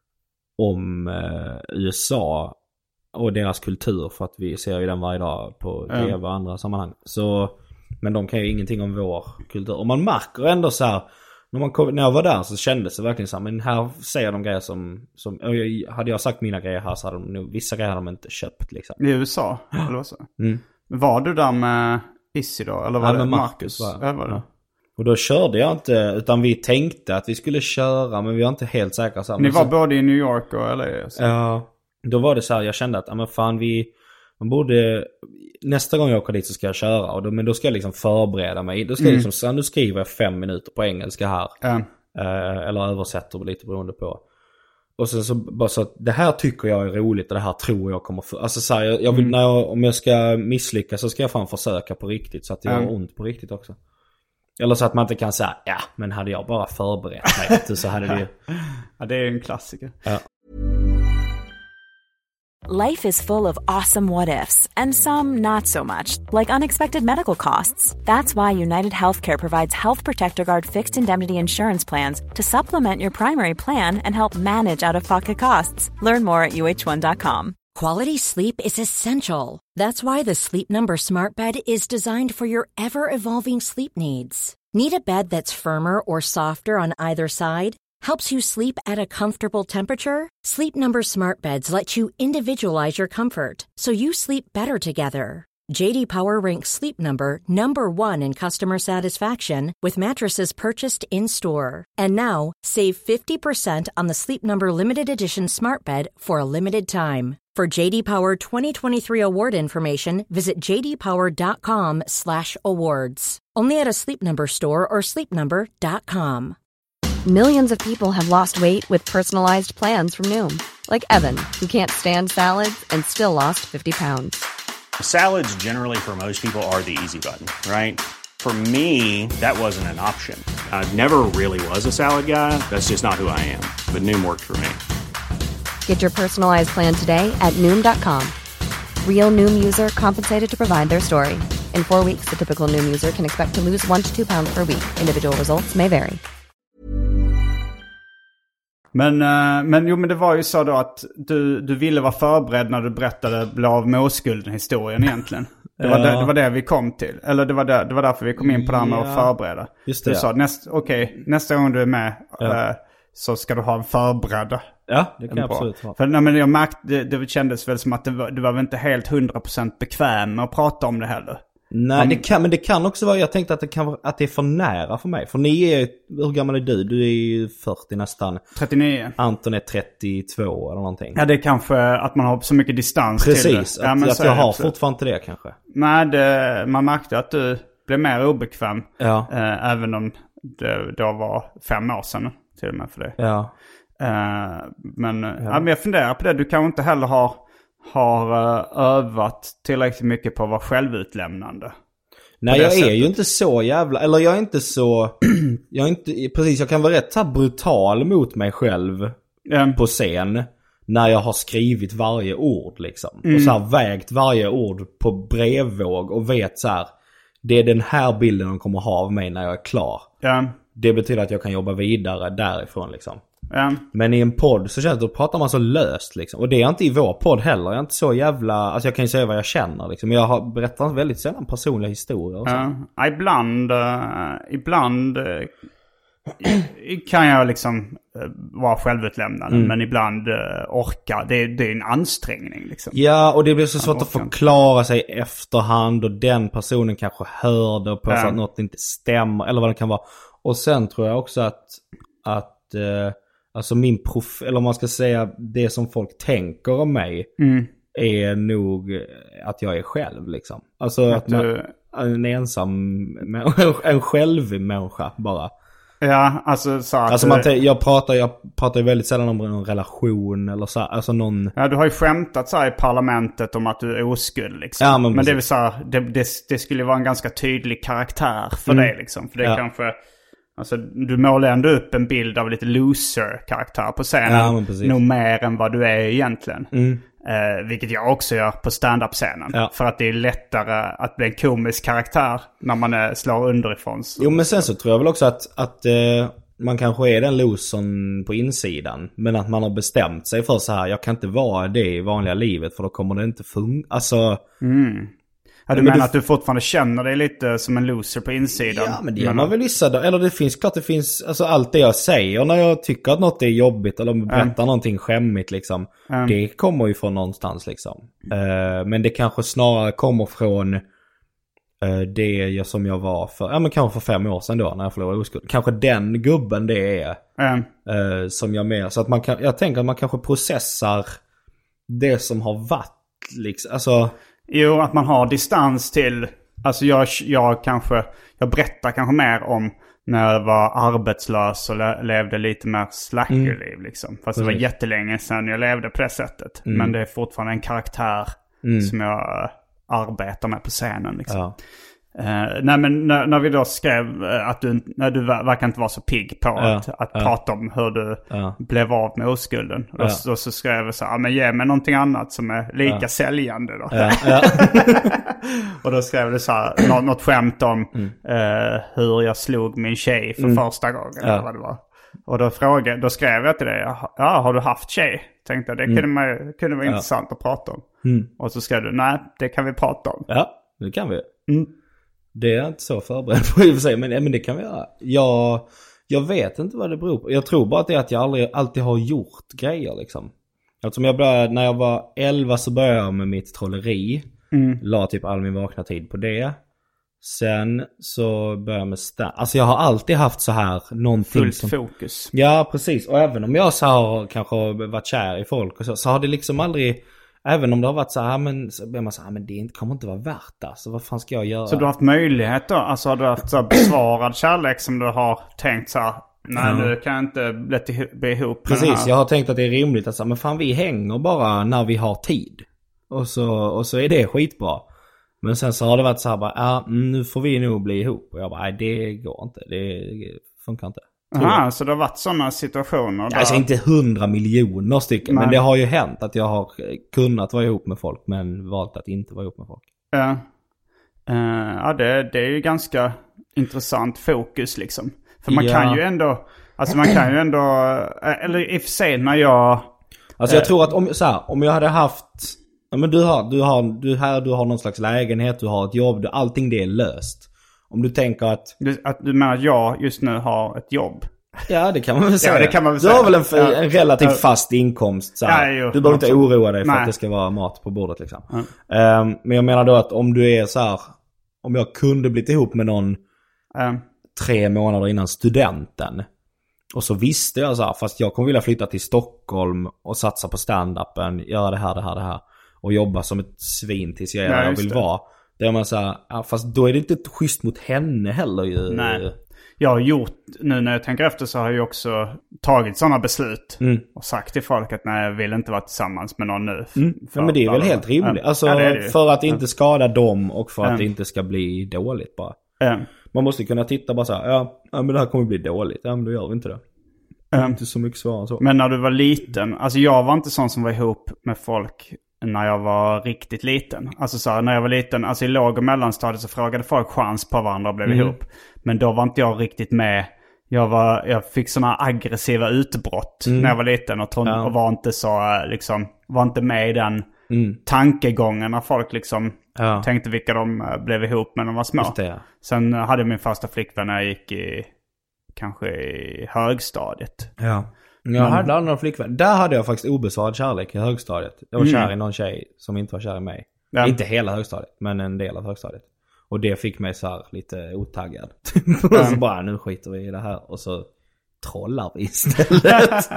om uh, U S A och deras kultur för att vi ser ju den varje dag på T V och andra sammanhang. Så, men de kan ju ingenting om vår kultur. Och man märker ändå så här, när, man kom, när jag var där så kändes det verkligen så här, men här säger de grejer som, som hade jag sagt mina grejer här så hade de nog, vissa grejer hade de inte köpt liksom. I U S A? Eller vad så? Mm. Var du där med Issy då? Eller var ja, det med Marcus? Marcus var, var det? Ja. Och då körde jag inte, utan vi tänkte att vi skulle köra, men vi var inte helt säkra. Så här, Ni var så, både i New York och L A? Så. Ja. Då var det så här, jag kände att ja, men fan vi man borde nästa gång jag åker dit så ska jag köra och då, men då ska jag liksom förbereda mig. Då ska mm. jag liksom så nu skriver jag fem minuter på engelska här. Mm. Eh, eller översätter lite beroende på. Och sen så bara så att det här tycker jag är roligt och det här tror jag kommer för... Alltså så här, jag, jag vill, mm. när jag, om jag ska misslyckas så ska jag fan försöka på riktigt så att det mm. gör ont på riktigt också. Eller så att man inte kan säga, ja men hade jag bara förberett mig så hade det ju... Ja, det är en klassiker. Ja. Life is full of awesome what-ifs, and some not so much, like unexpected medical costs. That's why United Healthcare provides Health Protector Guard fixed indemnity insurance plans to supplement your primary plan and help manage out-of-pocket costs. Learn more at U H one dot com. Quality sleep is essential. That's why the Sleep Number Smart Bed is designed for your ever-evolving sleep needs. Need a bed that's firmer or softer on either side? Helps you sleep at a comfortable temperature? Sleep Number Smart Beds let you individualize your comfort so you sleep better together. J D Power ranks Sleep Number number one in customer satisfaction with mattresses purchased in-store. And now, save fifty percent on the Sleep Number Limited Edition Smart Bed for a limited time. For J D Power twenty twenty-three award information, visit j d power dot com slash awards. Only at a Sleep Number store or sleep number dot com. Millions of people have lost weight with personalized plans from Noom. Like Evan, who can't stand salads and still lost fifty pounds. Salads generally for most people are the easy button, right? For me, that wasn't an option. I never really was a salad guy. That's just not who I am. But Noom worked for me. Get your personalized plan today at Noom dot com. Real Noom user compensated to provide their story. In four weeks, the typical Noom user can expect to lose one to two pounds per week. Individual results may vary. Men, men jo, men det var ju så då att du, du ville vara förberedd när du berättade Bli av med oskulden-historien egentligen. Det var, ja. det, det var det vi kom till. Eller det var, det, det var därför vi kom in på det här med ja. att förbereda. Just det, du ja. sa, näst, okej, okay, nästa gång du är med ja. eh, så ska du ha en förberedda. Ja, det kan jag absolut ha. För nej, men jag märkte, det, det kändes väl som att det var, du var väl inte helt hundra procent bekväm med att prata om det heller. Nej, det kan, men det kan också vara, jag tänkte att det kan att det är för nära för mig. För ni är, hur gammal är du? Du är ju fyrtio nästan. trettionio. Anton är trettiotvå eller någonting. Ja, det är kanske att man har så mycket distans. Precis, till det. Precis, ja, att, att jag har fortfarande inte det kanske. Nej, det, man märkte att du blev mer obekväm. Ja. Eh, även om det då var fem år sedan till och med för det. Ja. Eh, men, ja. Ja, men jag funderar på det, du kanske inte heller har... har övat tillräckligt mycket på att vara självutlämnande. Nej, jag sättet. är ju inte så jävla... Eller jag är inte så... jag är inte... Precis, jag kan vara rätt så brutal mot mig själv mm. på scen. När jag har skrivit varje ord liksom. Mm. Och så här vägt varje ord på brevvåg. Och vet så här... Det är den här bilden de kommer ha av mig när jag är klar. Mm. Det betyder att jag kan jobba vidare därifrån liksom. Mm. Men i en podd så känns det, då pratar man så löst liksom. Och det är inte i vår podd heller. Jag är inte så jävla... Alltså jag kan ju säga vad jag känner liksom. Jag har berättat väldigt sällan personliga historier och så. Ja, ibland uh, Ibland uh, kan jag liksom uh, vara självutlämnande. Mm. Men ibland uh, orkar det, det är en ansträngning liksom. Ja, och det blir så svårt att förklara sig i efterhand. Och den personen kanske hörde på mm. så att något inte stämmer. Eller vad det kan vara. Och sen tror jag också att Att uh, alltså min prof, eller om man ska säga det som folk tänker om mig mm. är nog att jag är själv liksom. Alltså att, att du... man, en ensam en självmänniska bara. Ja, alltså så att alltså man t- jag pratar jag pratar ju väldigt sällan om någon relation eller så, alltså någon. Ja, du har ju skämtat så här i parlamentet om att du är oskuld liksom. Ja, men, men det vill säga det, det det skulle vara en ganska tydlig karaktär för mm. dig liksom, för det ja. kanske. Alltså, du målar ändå upp en bild av lite loser-karaktär på scenen. Ja, nog mer än vad du är egentligen. Mm. Eh, vilket jag också gör på stand-up-scenen. Ja. För att det är lättare att bli en komisk karaktär när man är, slår underifrån. Så. Jo, men sen så tror jag väl också att, att eh, man kanske är den losern på insidan. Men att man har bestämt sig för så här, jag kan inte vara det i vanliga livet för då kommer det inte funka. Alltså... Mm. Ja, du men menar du... att du fortfarande känner dig lite som en loser på insidan? Ja, men det gör man väl vissa. Eller det finns klart, det finns alltså allt det jag säger när jag tycker att något är jobbigt eller berättar mm. någonting skämmigt liksom. Mm. Det kommer ju från någonstans liksom. Uh, men det kanske snarare kommer från uh, det jag, som jag var för, ja men kanske för fem år sedan då när jag förlorade oskuld. Kanske den gubben det är mm. uh, som jag mer. Så att man kan, jag tänker att man kanske processar det som har varit liksom, alltså... Jo, att man har distans till... Alltså jag, jag kanske... Jag berättar kanske mer om när jag var arbetslös och le- levde lite mer slackerliv mm. liksom. Fast Precis. Det var jättelänge sedan jag levde på det sättet. Mm. Men det är fortfarande en karaktär mm. som jag uh, arbetar med på scenen liksom. Ja. Uh, nej men när, när vi då skrev uh, att du, när du verkar inte vara så pigg på ja. att, att ja. prata om hur du ja. blev av med oskulden. Ja. Då, då så skrev jag så här, men ge mig någonting annat som är lika ja. säljande då. Ja. Ja. Och då skrev du så här, något, något skämt om mm. uh, hur jag slog min tjej för mm. första gången. Ja. Eller vad det var. Och då, frågade, då skrev jag till dig, ja har du haft tjej? Tänkte jag, det kunde, mm. man, kunde vara ja. intressant att prata om. Mm. Och så skrev du, nej det kan vi prata om. Ja, det kan vi. Mm. Det är jag inte så förberedd på i och för sig, men, men det kan vi göra. Jag, jag vet inte vad det beror på. Jag tror bara att det är att jag aldrig, alltid har gjort grejer liksom. Alltså, jag började, när jag var elva så började jag med mitt trolleri. Mm. La typ all min vakna tid på det. Sen så började jag med stand. Alltså jag har alltid haft så här någonting fullt som... fokus. Ja, precis. Och även om jag så har kanske varit kär i folk och så, så har det liksom aldrig... Även om det har varit så här, men så blir man så här, men det inte, kommer inte vara värt det. Så vad fan ska jag göra? Så du har haft möjlighet då? Alltså har du haft så här besvarad kärlek som du har tänkt så här, nej mm. nu kan jag inte bli, bli ihop med Precis, jag har tänkt att det är rimligt att säga, men fan vi hänger bara när vi har tid. Och så, och så är det skitbra. Men sen så har det varit så här, bara, ja nu får vi nog bli ihop. Och jag bara, nej det går inte, det funkar inte. Aha, så det har varit sådana situationer där... Alltså inte hundra miljoner stycken. Nej. Men det har ju hänt att jag har kunnat vara ihop med folk men valt att inte vara ihop med folk. Ja, uh, ja det, det är ju ganska intressant fokus liksom. För man ja. kan ju ändå... Alltså man kan ju ändå... Eller i och för sig när jag... Alltså jag uh, tror att om, så här, om jag hade haft... Ja, men du har, du, har, du, här, du har någon slags lägenhet, du har ett jobb, du, allting det är löst. Om du tänker att... Du, att du menar att jag just nu har ett jobb? Ja, det kan man väl säga. Ja, det kan man väl du säga. har väl en, ja. en relativt fast inkomst. Så ja, jo, du behöver inte oroa dig för Nej. att det ska vara mat på bordet. Liksom. Mm. Um, men jag menar då att om du är så här... Om jag kunde blivit ihop med någon mm. tre månader innan studenten. Och så visste jag så här, fast jag kommer vilja flytta till Stockholm och satsa på stand-upen. Göra det här, det här, det här. Och jobba som ett svin tills jag, ja, jag vill det. vara. Där man säger, ja, fast då är det inte ett schysst mot henne heller ju. Nej. Jag har gjort, nu när jag tänker efter så har jag också tagit sådana beslut. Mm. Och sagt till folk att nej, jag vill inte vara tillsammans med någon nu. Mm. Ja, men det är väl helt rimligt. Alltså ja, det är det för att inte skada dem och för att mm. det inte ska bli dåligt bara. Mm. Man måste kunna titta bara så här, ja, ja men det här kommer bli dåligt. Ja men då gör vi inte det. Det är mm. inte så mycket svårare så. Men när du var liten, alltså jag var inte sån som var ihop med folk när jag var riktigt liten. Alltså så här, när jag var liten, alltså i låg- och mellanstadiet så frågade folk chans på varandra och blev mm. ihop. Men då var inte jag riktigt med. Jag, var, jag fick såna aggressiva utbrott mm. när jag var liten och, tron, ja. och var inte så liksom, var inte med i den mm. tankegången när folk liksom ja. tänkte vilka de blev ihop med när de var små. Det, ja. Sen hade jag min första flickvän när jag gick i kanske i högstadiet. Ja. Jag hade aldrig någon flickvän. Där hade jag faktiskt obesvarad kärlek i högstadiet. Jag var mm. kär i någon tjej som inte var kär i mig. Ja. Inte hela högstadiet, men en del av högstadiet. Och det fick mig så här lite otaggad. Och så bara, nu skiter vi i det här. Och så trollar vi istället.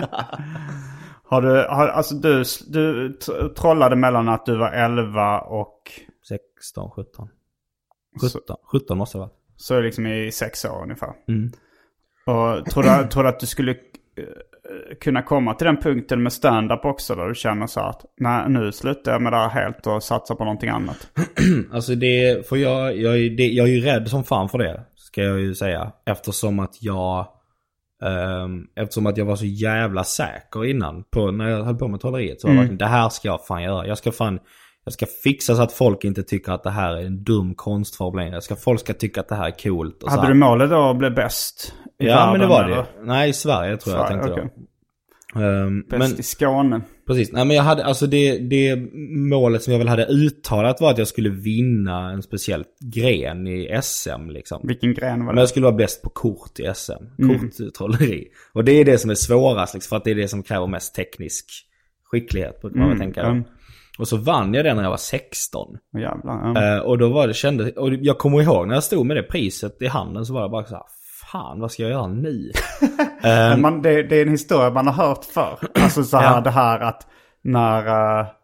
Har du, har, alltså du, du trollade mellan att du var elva och... sexton, sjutton. sjutton, sjutton måste det vara. Så liksom i sex år ungefär. Mm. Och tror du, tror du att du skulle kunna komma till den punkten med stand-up också då du känner så att nej, nu slutar jag med det här helt och satsar på någonting annat? Alltså det, för jag, jag, det, jag är ju rädd som fan för det, ska jag ju säga. Eftersom att jag um, eftersom att jag var så jävla säker innan på, när jag höll på med trolleriet. Så var mm. det här ska jag fan göra. Jag ska fan Jag ska fixa så att folk inte tycker att det här är en dum konstform längre. Jag ska, folk ska tycka att det här är coolt. Och hade så du målet då att bli bäst i ja, världen? Men det var eller? det. Nej, i Sverige tror jag, Sverige, jag tänkte okay. då. Um, bäst men, i Skåne. Precis. Nej, men jag hade, alltså det, det målet som jag väl hade uttalat var att jag skulle vinna en speciell gren i S M liksom. Vilken gren var det? Men jag skulle vara bäst på kort i S M. Mm. Korttrolleri. Och det är det som är svårast liksom, för att det är det som kräver mest teknisk skicklighet, brukar man mm. tänka. Mm. Och så vann jag den när jag var sexton. Oh, jävlar, ja. uh, och då var det, kände, och jag kommer ihåg när jag stod med det priset i handen så var jag bara så här, fan, vad ska jag göra nu? um, man, det, det är en historia man har hört för. Alltså så här, ja. det här att när, uh,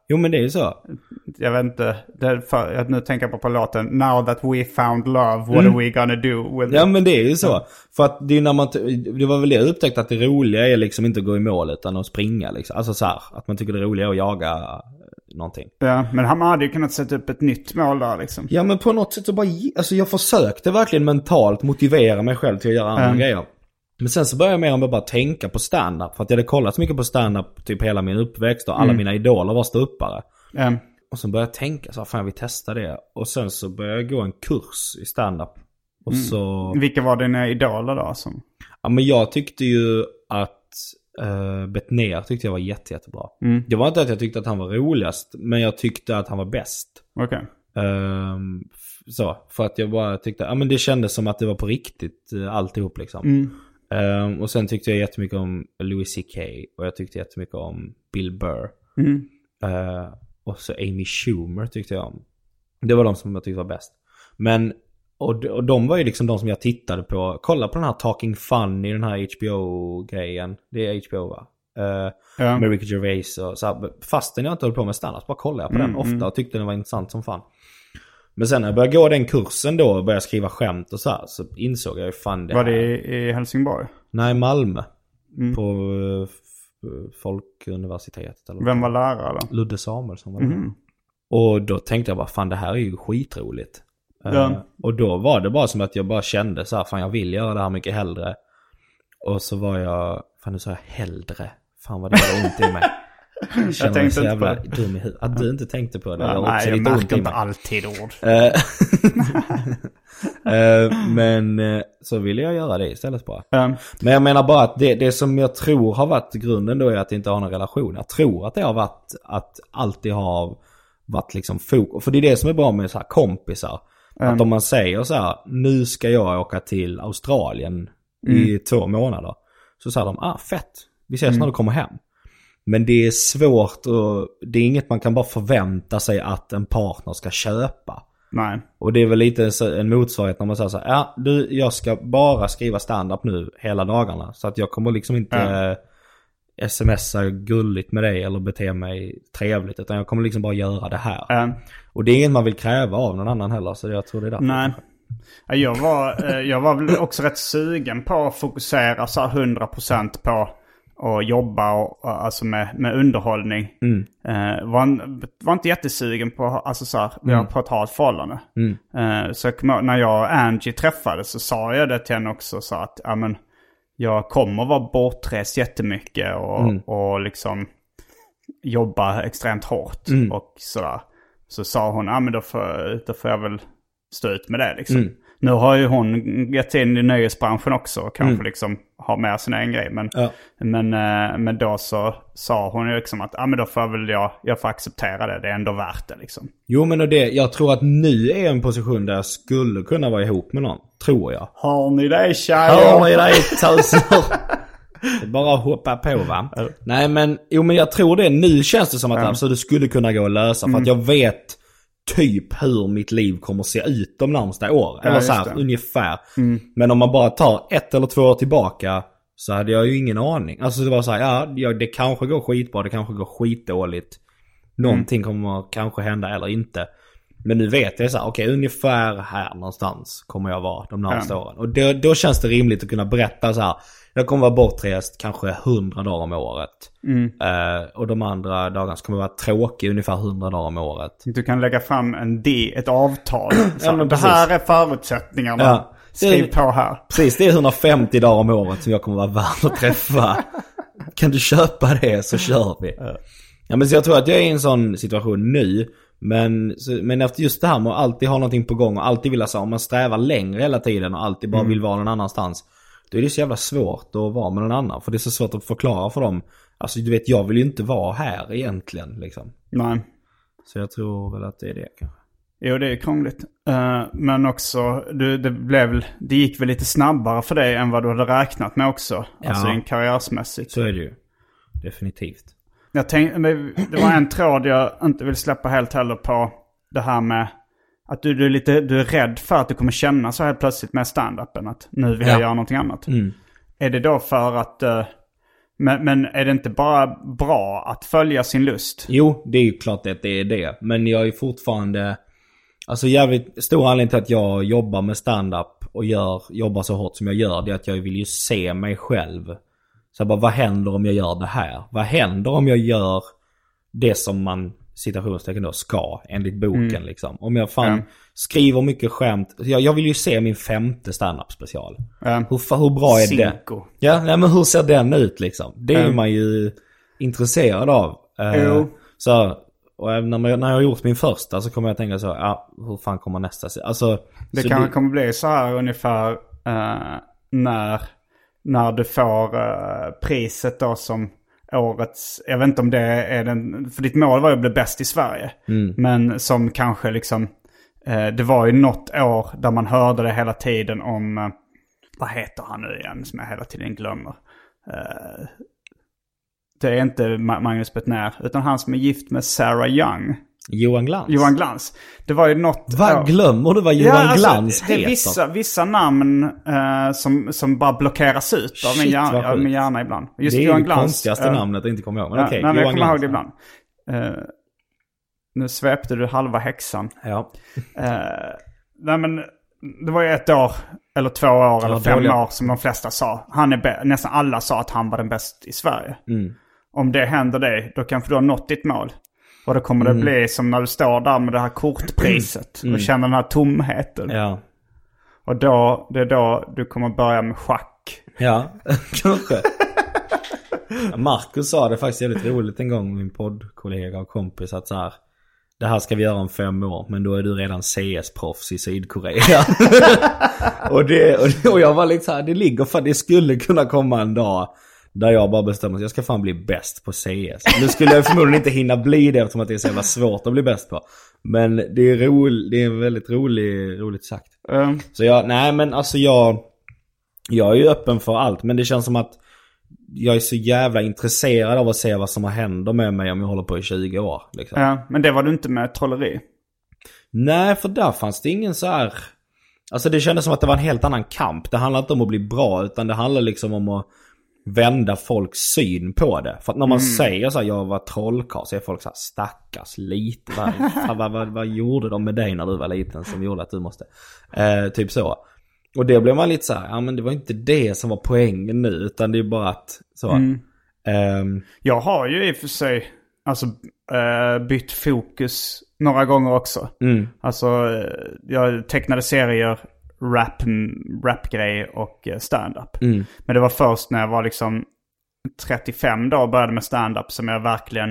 Jo, men det är ju så. Jag vet inte, det är för, jag nu tänker på, på låten Now that we found love, what mm. are we gonna do with Ja, it? men det är ju så. Mm. För att det är när man, det var väl det jag upptäckte, att det roliga är liksom inte att gå i mål utan att springa liksom. Alltså så här, att man tycker det är roligare att jaga någonting. Ja, men han hade ju kunnat sätta upp ett nytt mål där liksom. Ja, men på något sätt så bara, alltså jag försökte verkligen mentalt motivera mig själv till att göra andra mm. grejer. Men sen så började jag mer om att bara tänka på stand-up. För att jag hade kollat så mycket på stand-up typ hela min uppväxt och alla mm. mina idoler var ståuppare. Mm. Och så började jag tänka så här, fan jag vill testa det. Och sen så började jag gå en kurs i stand-up. Och mm. så... Vilka var dina idoler då? Som... Ja, men jag tyckte ju att uh, Bettner tyckte jag var jätte, jättebra. Mm. Det var inte att jag tyckte att han var roligast, men jag tyckte att han var bäst. Okej. Okay. Um, så, för att jag bara tyckte, ja men det kändes som att det var på riktigt uh, alltihop liksom. Mm. Um, och sen tyckte jag jättemycket om Louis C K. Och jag tyckte jättemycket om Bill Burr. Mm. Uh, och så Amy Schumer tyckte jag om. Det var de som jag tyckte var bäst. Men, och, och de var ju liksom de som jag tittade på. Kolla på den här Talking Funny, den här H B O-grejen. Det är H B O, va? Uh, ja. Med Ricky Gervais och så här, fastän jag inte höll på med stand-up, bara kollade jag på mm, den ofta och tyckte den var intressant som fan. Men sen när jag började gå den kursen då och började skriva skämt och så här, så insåg jag ju fan det Var här. det i Helsingborg? Nej, Malmö. Mm. På uh, Folkuniversitetet. Eller Vem var lärare då? Ludde Samuelsson var det. Mm. Och då tänkte jag bara, fan det här är ju skitroligt. Ja. Uh, och då var det bara som att jag bara kände så här, fan jag vill göra det här mycket hellre. Och så var jag, fan nu sa jag hellre. Fan vad det var ont i mig. Jag känner jag mig så jävla dum i huvudet. Att du inte tänkte på det. Ja, jag nej, jag märker inte alltid ord. uh, men uh, så ville jag göra det istället bara. Mm. Men jag menar bara att det, det som jag tror har varit grunden då är att inte ha någon relation. Jag tror att det har varit att alltid ha varit liksom fokus. För det är det som är bra med så här kompisar. Mm. Att om man säger så här, nu ska jag åka till Australien mm. i två månader. Så säger de, ah fett, vi ses mm. när du kommer hem. Men det är svårt och det är inget man kan bara förvänta sig att en partner ska köpa. Nej. Och det är väl lite en motsvarighet när man säger så här, ja du, jag ska bara skriva stand-up nu hela dagarna. Så att jag kommer liksom inte mm. smsa gulligt med dig eller bete mig trevligt. Utan jag kommer liksom bara göra det här. Mm. Och det är inget man vill kräva av någon annan heller. Så jag tror det är därför. Nej. Jag var, jag var väl också rätt sugen på att fokusera så här hundra procent på och jobba och, alltså med, med underhållning. Mm. Uh, var, var inte jättesugen på, alltså så här, mm. på att ha ett förhållande. Mm. Uh, så när jag och Angie träffades så sa jag det till henne också, så att ja, men, jag kommer vara bortrest jättemycket och, mm. och liksom jobba extremt hårt mm. och sådär. Så sa hon, ja men då får, då får jag väl stå ut med det liksom. Mm. Nu har ju hon gett in i nöjesbranschen också och kanske mm. liksom har med sin egen grej. Men, ja. men, men då så sa hon ju liksom att ja, men då får väl jag, jag får acceptera det. Det är ändå värt det liksom. Jo, men och det, jag tror att nu är en position där jag skulle kunna vara ihop med någon. Tror jag. Har ni det, tjejer? Har ni det, töser? Det är bara att hoppa på, va? Ja. Nej, men, jo, men jag tror det. Nu känns det som att ja. alltså, det skulle kunna gå att lösa. För mm. att jag vet typ hur mitt liv kommer att se ut de närmsta åren. Ja, eller så här, ungefär. Mm. Men om man bara tar ett eller två år tillbaka så hade jag ju ingen aning. Alltså det var så här, ja, det kanske går skitbra, det kanske går skitdåligt. Någonting mm. kommer kanske hända eller inte. Men nu vet jag så här, okej, okay, ungefär här någonstans kommer jag vara de närmaste mm. åren. Och då, då känns det rimligt att kunna berätta så här, jag kommer vara bortrest kanske hundra dagar om året. Mm. Uh, och de andra dagarna kommer vara tråkiga ungefär hundra dagar om året. Du kan lägga fram en D, ett avtal. Så ja, det här är förutsättningarna. Ja. Skriv på här. Precis, det är hundrafemtio dagar om året som jag kommer vara värd att träffa. Kan du köpa det så kör vi. Ja. Ja, men så jag tror att jag är i en sån situation nu. Men, men efter just det här med att alltid ha någonting på gång och alltid vilja säga, om man strävar längre hela tiden och alltid bara mm. vill vara någon annanstans, då är det så jävla svårt att vara med någon annan. För det är så svårt att förklara för dem. Alltså du vet, jag vill ju inte vara här egentligen liksom. Nej. Så jag tror väl att det är det kanske. Jo, det är krångligt. Uh, men också, du, det, blev, det gick väl lite snabbare för dig än vad du hade räknat med också. Ja. Alltså en karriärsmässigt. Så är det ju. Definitivt. Jag tänkte, det var en tråd jag inte vill släppa helt heller på det här med att du, du, är lite, du är rädd för att du kommer känna så här plötsligt med stand-upen att nu vill jag ja. göra någonting annat. Mm. Är det då för att uh, Men, men är det inte bara bra att följa sin lust? Jo, det är ju klart att det är det. Men jag är fortfarande... Alltså jävligt stor anledning till att jag jobbar med stand-up och gör, jobbar så hårt som jag gör, det är att jag vill ju se mig själv. Så jag bara, vad händer om jag gör det här? Vad händer om jag gör det som man, citationstecken då, ska, enligt boken mm. liksom? Om jag fan mm. skriver mycket skämt. Jag, jag vill ju se min femte stand-up special. Mm. Hur, hur bra är Cinco. det? Ja, nej, men hur ser den ut liksom? Det är mm. man ju intresserad av. Uh, så... Och när, man, när jag har gjort min första så kommer jag tänka så, ja, hur fan kommer nästa se? Alltså, det kan det... kommer bli så här ungefär uh, när, när du får uh, priset då som årets, jag vet inte om det är den, för ditt mål var ju att bli bäst i Sverige. Mm. Men som kanske liksom, uh, det var ju något år där man hörde det hela tiden om, uh, vad heter han nu igen som jag hela tiden glömmer? Uh, Det är inte Magnus Bettner, utan han som är gift med Sarah Young. Johan Glans. Johan Glans. Det var ju något... Vad glömmer du vad Johan ja, alltså, Glans heter? Det är vissa, vissa namn uh, som, som bara blockeras ut av Shit, min, hjärna, av min hjärna ibland. Just det är Johan Glans, det konstigaste uh, namnet jag inte kommer ihåg. Men okej, okay, Johan jag kommer Glans. ihåg det ibland. Uh, nu svepte du halva häxan. Ja. uh, nej men... Det var ju ett år, eller två år, eller fem dåliga. år som de flesta sa. Han är be- nästan alla sa att han var den bäst i Sverige. Mm. Om det händer dig, då kanske du har nått ditt mål. Och då kommer mm. det bli som när du står där med det här kortpriset mm. och känner den här tomheten. Ja. Och då, det är då du kommer börja med schack. Ja, kanske. Marcus sa det faktiskt jävligt roligt en gång, min poddkollega och kompis, att så här, det här ska vi göra om fem år, men då är du redan C S-proffs i Sydkorea. och, det, och, och jag var lite så här, det ligger för det skulle kunna komma en dag där jag bara bestämmer att jag ska fan bli bäst på C S. Nu skulle jag förmodligen inte hinna bli det eftersom att det är så jävla svårt att bli bäst på. Men det är, ro, det är väldigt rolig, roligt sagt. Mm. Så jag, nej men alltså jag, jag är ju öppen för allt. Men det känns som att jag är så jävla intresserad av att se vad som händer med mig om jag håller på i tjugo år. Liksom. Ja, men det var du inte med trolleri? Nej, för där fanns det ingen så här... Alltså det kändes som att det var en helt annan kamp. Det handlar inte om att bli bra, utan det handlar liksom om att vända folks syn på det. För att när man mm. säger så här, jag var trollkarl, så är folk så här, stackars lite. Vad, vad, vad, vad gjorde de med dig när du var liten som gjorde att du måste? Eh, typ så. Och det blev man lite så här, ja men det var inte det som var poängen nu, utan det är bara att så. Mm. Um, jag har ju i och för sig alltså uh, bytt fokus några gånger också. Mm. Alltså jag tecknade serier, rap, rap-grej och stand-up. Mm. Men det var först när jag var liksom trettiofem då och började med stand-up som jag verkligen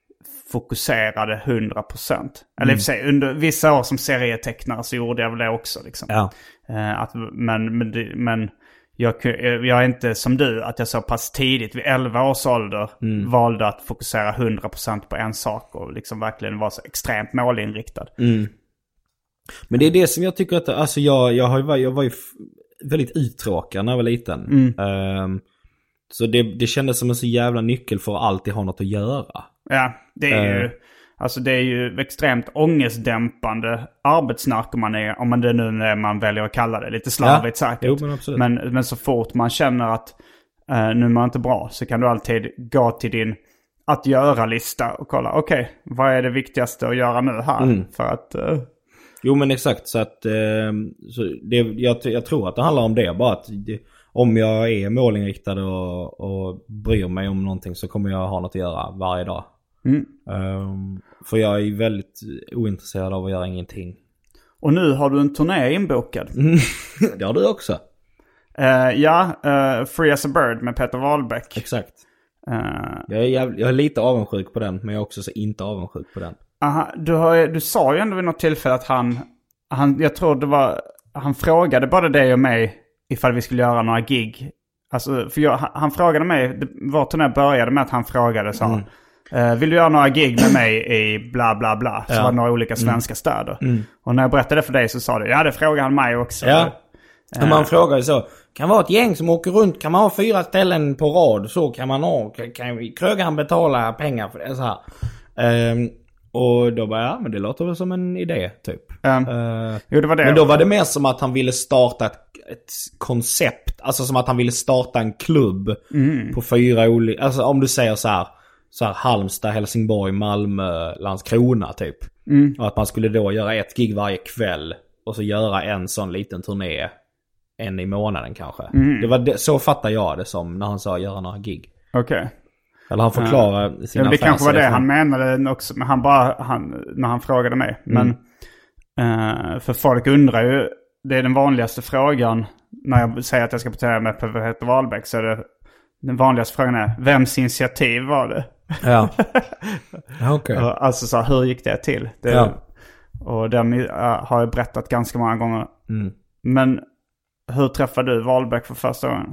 fokuserade hundra procent. Eller mm. i och för sig, under vissa år som serietecknare så gjorde jag väl det också. Liksom. Ja. Uh, att, men men, men jag, jag är inte som du, att jag så pass tidigt vid elva års ålder mm. valde att fokusera hundra procent på en sak och liksom verkligen vara så extremt målinriktad. Mm. Men det är det som jag tycker att, alltså jag, jag, har ju, jag var ju väldigt uttråkad när jag var liten. Mm. Um, så det, det kändes som en så jävla nyckel för att alltid ha något att göra. Ja, det är uh. ju... Alltså det är ju extremt ångestdämpande arbetsnarkomani, om man det nu är man väljer att kalla det. Lite slarvigt ja. säkert. Jo, men, absolut. men, men så fort man känner att uh, nu är man inte bra, så kan du alltid gå till din att göra-lista och kolla, okej, okay, vad är det viktigaste att göra nu här? Mm. För att... Uh... Jo men exakt, så att uh, så det, jag, jag tror att det handlar om det. Bara att det, om jag är målinriktad och, och bryr mig om någonting, så kommer jag ha något att göra varje dag. Mm. Um, för jag är väldigt ointresserad av att göra ingenting. Och nu har du en turné inbokad. Det har du också. uh, Ja, uh, Free as a Bird med Peter Wahlbeck. Exakt. uh, jag, är jävla, jag är lite avundsjuk på den, men jag är också så inte avundsjuk på den. Aha, du, har, du sa ju ändå vid något tillfälle att han, han jag tror det var, han frågade både dig och mig ifall vi skulle göra några gig. Alltså, för jag, han frågade mig, vår turné började med att han frågade så mm. Uh, vill du göra några gig med mig i bla bla bla? Så ja. var det några olika svenska mm. städer. Mm. Och när jag berättade för dig så sa du, ja det frågade han mig också. Ja, uh, och man frågar ju så, kan vara ett gäng som åker runt, kan man ha fyra ställen på rad, så kan man ha, kan, kan Krögan betala pengar för det så här. Um, Och då bara, ja men det låter väl som en idé typ. Um, uh, jo, det var det. Men då var det mer som att han ville starta ett, ett koncept. Alltså som att han ville starta en klubb mm. på fyra olika... Alltså om du säger så här, så här Halmstad, Helsingborg, Malmö, Landskrona typ. Mm. Och att man skulle då göra ett gig varje kväll. Och så göra en sån liten turné. En i månaden kanske. Mm. Det var det, så fattar jag det som när han sa göra några gig. Okej. Okay. Eller han förklarar ja. sina ja, det kanske var det han menade också. Men han bara, han, när han frågade mig. Men mm. uh, för folk undrar ju, det är den vanligaste frågan när jag säger att jag ska porträttera med Peter Wahlbeck. Så är det, den vanligaste frågan är, vems initiativ var det? Ja. Okej. Okay. Alltså så hur gick det till? Det, ja. Och den uh, har jag berättat ganska många gånger. Mm. Men hur träffade du Wahlbeck för första gången?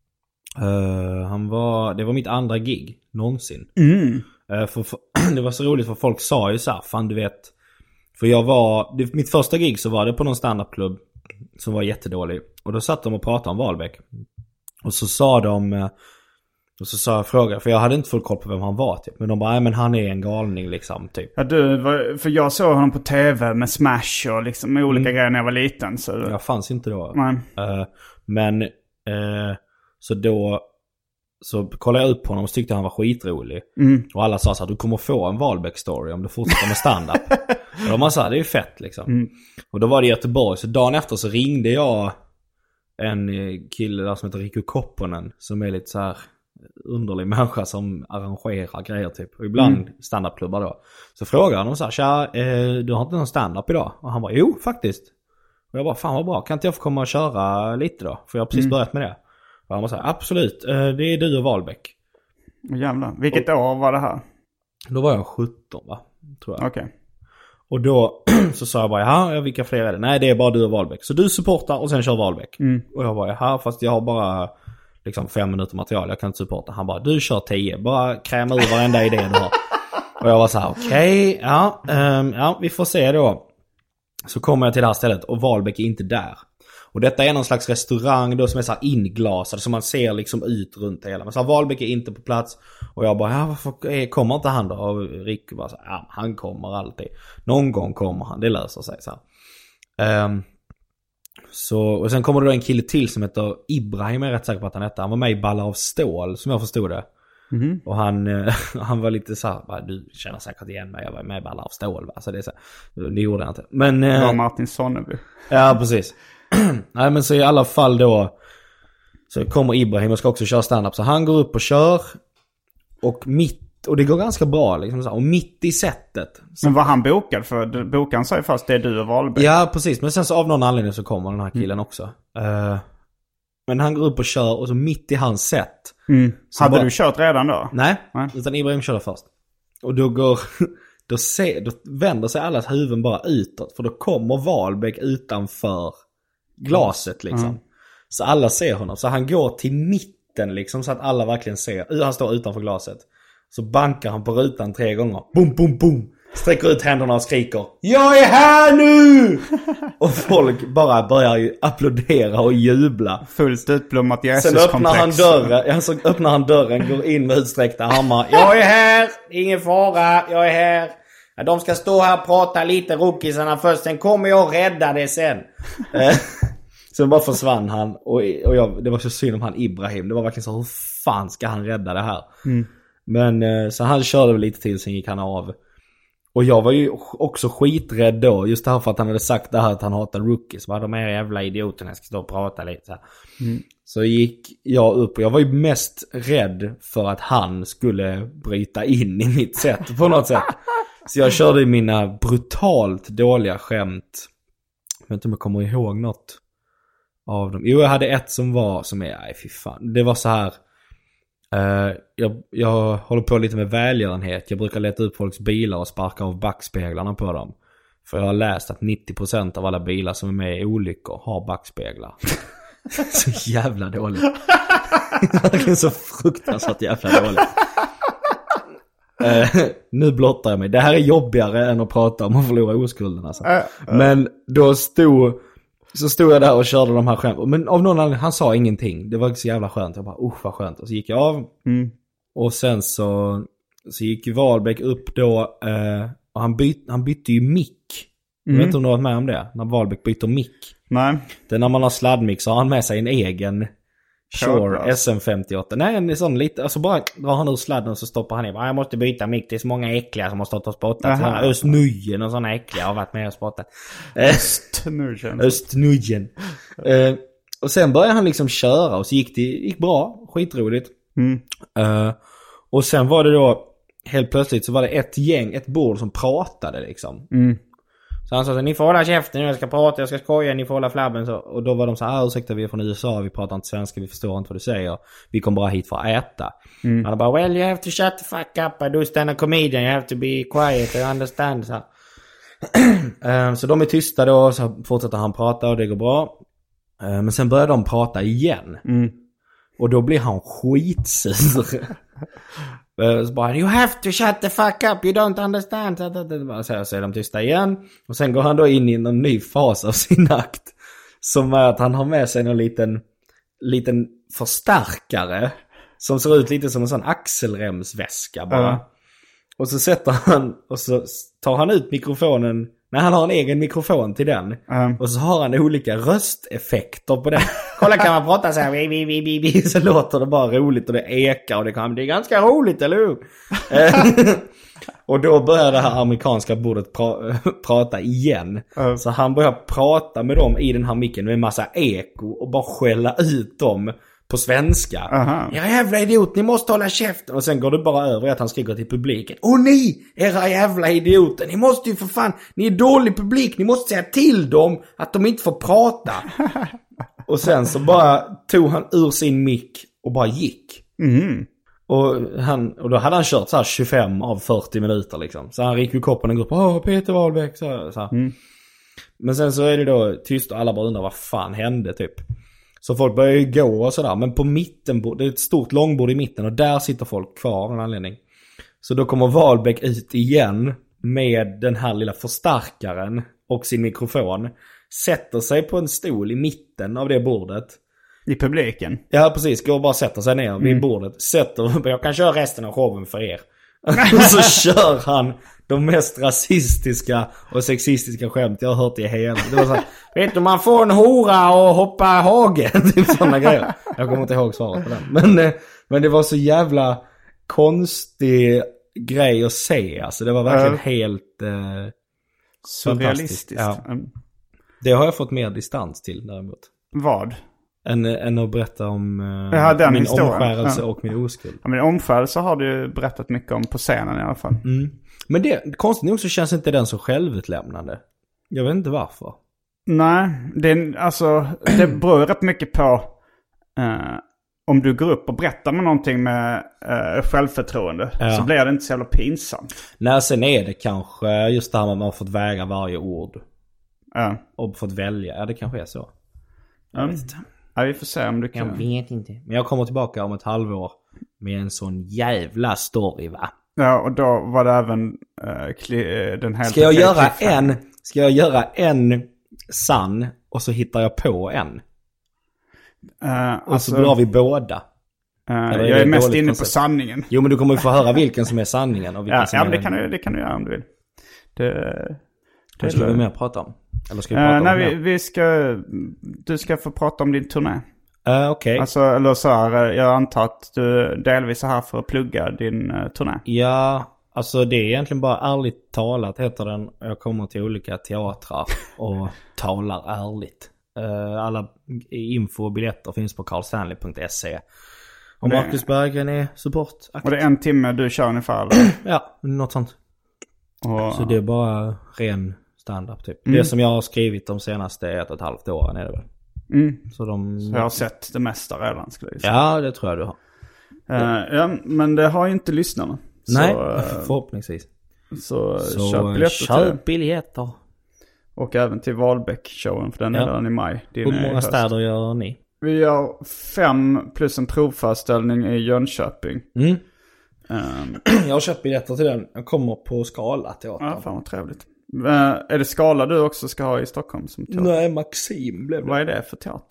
Uh, han var, det var mitt andra gig någonsin. Mm. Uh, för, för, det var så roligt för folk sa ju så här, fan du vet. För jag var, det, mitt första gig så var det på någon standupklubb som var jättedålig. Och då satt de och pratade om Wahlbeck. Och så sa de, uh, och så sa jag fråga, för jag hade inte full koll på vem han var typ. Men de bara, nej men han är en galning liksom typ. Ja du, för jag såg honom på tv med Smash och liksom med olika mm. grejer när jag var liten. Så jag fanns inte då. Nej. Uh, men... Uh, Så då så kollade jag upp på honom och tyckte han var skitrolig. Mm. Och alla sa så här, du kommer få en Wahlbeck-story om du fortsätter med stand-up. Och de sa, det är ju fett liksom. Mm. Och då var det i Göteborg. Så dagen efter så ringde jag en kille där som heter Riku Kopponen. Som är lite så här underlig människa som arrangerar grejer typ. Och ibland mm. stand-up-klubbar då. Så frågade han och sa, tja, eh, du har inte någon stand-up idag? Och han bara, jo faktiskt. Och jag bara, fan vad bra, kan inte jag få komma och köra lite då? För jag har precis mm. börjat med det. Och han var så här, absolut, det är du och Wahlbeck. Jävlar, vilket och, år var det här? Då var jag sjutton va, tror jag. Okej. Okay. Och då så sa jag bara, ja, vilka fler är det? Nej, det är bara du och Wahlbeck. Så du supportar och sen kör Wahlbeck. Mm. Och jag bara, ja, fast jag har bara liksom fem minuter material, jag kan inte supporta. Han bara, du kör tio, bara kräma ur varenda idé du har. Och jag var så här, okej, okay, ja, um, ja, vi får se då. Så kommer jag till det här stället och Wahlbeck är inte där. Och detta är någon slags restaurang då som är så här inglasad, så man ser liksom ut runt hela. Men så här, Wahlbeck är inte på plats. Och jag bara, ja, varför kommer inte han då? Och Rick bara så här, ja, han kommer alltid. Någon gång kommer han, det löser sig så här. Um, så, och sen kommer det då en kille till som heter Ibrahim, är rätt säker på att han heter. Han var med i Ballar av stål, som jag förstod det. Mm-hmm. Och han, han var lite så här, bara, du känner säkert igen mig, jag var med i Ballar av stål va? Så det är så här, det gjorde jag inte. Men det var Martin Sonneby. Ja, precis. Nej men så i alla fall då så kommer Ibrahim och ska också köra stand-up. Så han går upp och kör. Och mitt, och det går ganska bra liksom så här, och mitt i sättet så, men var han bokad för? Bokan säger fast det är du och Wahlbeck. Ja precis, men sen så av någon anledning så kommer den här killen mm. också uh, Men han går upp och kör. Och så mitt i hans sätt mm. Hade bara, du kört redan då? Nej, nej, utan Ibrahim körde först. Och då går då, ser, då vänder sig allas huvuden bara utåt. För då kommer Wahlbeck utanför glaset liksom. Mm. Så alla ser honom. Så han går till mitten liksom, så att alla verkligen ser. Han står utanför glaset. Så bankar han på rutan tre gånger. Boom, boom, boom. Sträcker ut händerna och skriker, jag är här nu! Och folk bara börjar ju applådera och jubla. Fullt utblommat Jesus-komplex. Sen öppnar han dörren, så öppnar han dörren, går in med utsträckta hammar. Jag är här, ingen fara, jag är här. De ska stå här och prata lite rockisarna först, sen kommer jag rädda det sen. Sen bara försvann han. Och, och jag, det var så synd om han Ibrahim. Det var verkligen så, hur fan ska han rädda det här? Mm. Men så han körde väl lite till, sen gick han av. Och jag var ju också skiträdd då. Just därför att han hade sagt det här att han hatar rookies. Bara de är jävla idioterna, jag ska stå och prata lite så här. Mm. Så gick jag upp och jag var ju mest rädd för att han skulle bryta in i mitt sätt på något sätt. Så jag körde mina brutalt dåliga skämt. Jag vet inte om jag kommer ihåg något av dem. Jo, jag hade ett som var, som är, nej fy fan. Det var så här. Uh, jag, jag håller på lite med välgörenhet. Jag brukar leta upp folks bilar och sparka av backspeglarna på dem. För jag har läst att nittio procent av alla bilar som är med i olyckor har backspeglar. Så jävla dåligt. Det är så fruktansvärt jävla dåligt. Uh, nu blottar jag mig. Det här är jobbigare än att prata om att förlora oskulden alltså. uh, uh. Men då stod Så stod jag där och körde de här skämten. Men av någon anledning, han sa ingenting. Det var så jävla skönt. Jag bara, oh vad skönt. Och så gick jag av. Mm. Och sen så, så gick Wahlbeck upp då. Eh, Och han, byt, han bytte ju mick. Jag Mm. vet inte om du har varit med om det. När Wahlbeck byter mick. Nej. Det är när man har sladdmick så har han med sig en egen Shure Trådlös. S M femtioåtta. Nej, en sån lite. Alltså bara drar han ur sladden och så stoppar han i. Jag måste byta mick. Det är så många äckliga som har stått och spottat. Sådana Östnujen och sådana äckliga har varit med och spottat. Östnujen. Östnujen. uh, och sen började han liksom köra och så gick det gick bra. Skitroligt. Mm. Uh, och sen var det då helt plötsligt så var det ett gäng, ett bord som pratade liksom. Mm. Så han sa så, ni får hålla käften, jag ska prata, jag ska skoja, ni får hålla flabben. Så, och då var de så här, ah, ursäkta, vi är från U S A, vi pratar inte svenska, vi förstår inte vad du säger. Vi kommer bara hit för att äta. Mm. Han bara, well, you have to shut the fuck up, I do stand a comedian, you have to be quiet, I understand. Så, um, så de är tysta då, så fortsätter han prata och det går bra. Um, men sen börjar de prata igen. Mm. Och då blir han skitsur. Så bara, you have to shut the fuck up, you don't understand. Så, så är de tysta igen. Och sen går han då in i en ny fas av sin akt. Som är att han har med sig någon liten, liten förstärkare. Som ser ut lite som en sån axelremsväska bara. Uh. Och så sätter han, och så tar han ut mikrofonen. När han har en egen mikrofon till den. Uh. Och så har han olika rösteffekter på den. Kolla, kan man prata så här, vi, vi, vi, vi, vi, så låter det bara roligt och det ekar och det kan, det är ganska roligt, eller hur? Och då börjar det här amerikanska bordet pra, prata igen. Uh. Så han börjar prata med dem i den här micken med en massa eko och bara skälla ut dem på svenska. Uh-huh. Ja, jävla idiot, ni måste hålla käften. Och sen går det bara över att han skriker till publiken. Åh ni, era jävla idioter, ni måste ju för fan, ni är dålig publik, ni måste säga till dem att de inte får prata. Och sen så bara tog han ur sin mick och bara gick. Mm. Och, han, och då hade han kört så här tjugofem av fyrtio minuter liksom. Så han gick ju koppen och går på, åh, Peter Wahlbeck. Så, så. Mm. Men sen så är det då tyst och alla bara undrar vad fan hände typ. Så folk börjar ju gå och sådär. Men på mitten, det är ett stort långbord i mitten och där sitter folk kvar av en anledning. Så då kommer Wahlbeck ut igen med den här lilla förstärkaren och sin mikrofon. Sätter sig på en stol i mitten av det bordet. I publiken? Ja, precis. Går och bara sätter sig ner vid mm. bordet. Sätter, jag kan köra resten av showen för er. Och så kör han de mest rasistiska och sexistiska skämt jag har hört i hela. Det var så här, vet du, man får en hora och hoppa hagen. Typ sådana grejer. Jag kommer inte ihåg svaret på den. Men, men det var så jävla konstig grej att se. Alltså det var verkligen uh, helt eh, surrealistiskt. Ja. Mm. Det har jag fått mer distans till däremot. Vad? Än, än att berätta om uh, ja, min historien. omskärelse ja. och min oskuld. Ja, men omskärelse har du berättat mycket om på scenen i alla fall. Mm. Men det, konstigt nog så känns inte den så självutlämnande. Jag vet inte varför. Nej, det, är, alltså, det beror rätt mycket på uh, om du går upp och berättar med någonting med uh, självförtroende. Ja. Så blir det inte så jävla pinsamt. Nej, sen är det kanske just det här med att man har fått väga varje ord. Ja. Och fått välja. Ja, det kanske är så. Jag mm. vet inte. Ja, vi får se om du kan. Jag vet inte. Men jag kommer tillbaka om ett halvår med en sån jävla story, va? Ja, och då var det även uh, kli- den här... Ska jag göra en Ska jag göra en sann och så hittar jag på en? Uh, och alltså, så drar vi båda. Uh, jag är mest inne koncept? På sanningen. Jo, men du kommer ju få höra vilken som är sanningen. Och vilken ja, som ja är men det kan, du, det kan du göra om du vill. Det, det ska vi mer prata om? Eller ska vi uh, prata nej, om vi, vi ska... Du ska få prata om din turné. Uh, Okej. Okay. Alltså, eller så här, jag antar att du delvis är här för att plugga din uh, turné. Ja, alltså det är egentligen bara ärligt talat heter den. Jag kommer till olika teatrar och talar ärligt. Uh, alla info och biljetter finns på carl stanley punkt se. Och det... Marcus Berggren är support. Och det är en timme du kör ungefär? Ja, något sånt. Och... Så det är bara ren stand-up typ. Mm. Det som jag har skrivit de senaste ett och ett halvt åren är det väl. Mm. Så, de... Så jag har sett det mesta redan skulle jag säga. Ja, det tror jag du har. Uh, ja, men det har ju inte lyssnarna. Nej, så, uh, förhoppningsvis. Så, så köp biljetter. Köp biljetter. Och även till Wahlbeck-showen, för den är ja. redan i maj. Hur många städer gör ni? Vi gör fem plus en provföreställning i Jönköping. Mm. Um, jag har köpt biljetter till den. Jag kommer på Skala teater. Ja, fan vad trevligt. Uh, är det Skala du också ska ha i Stockholm som teater? Nej, Maxim blev det. Vad är det för teater?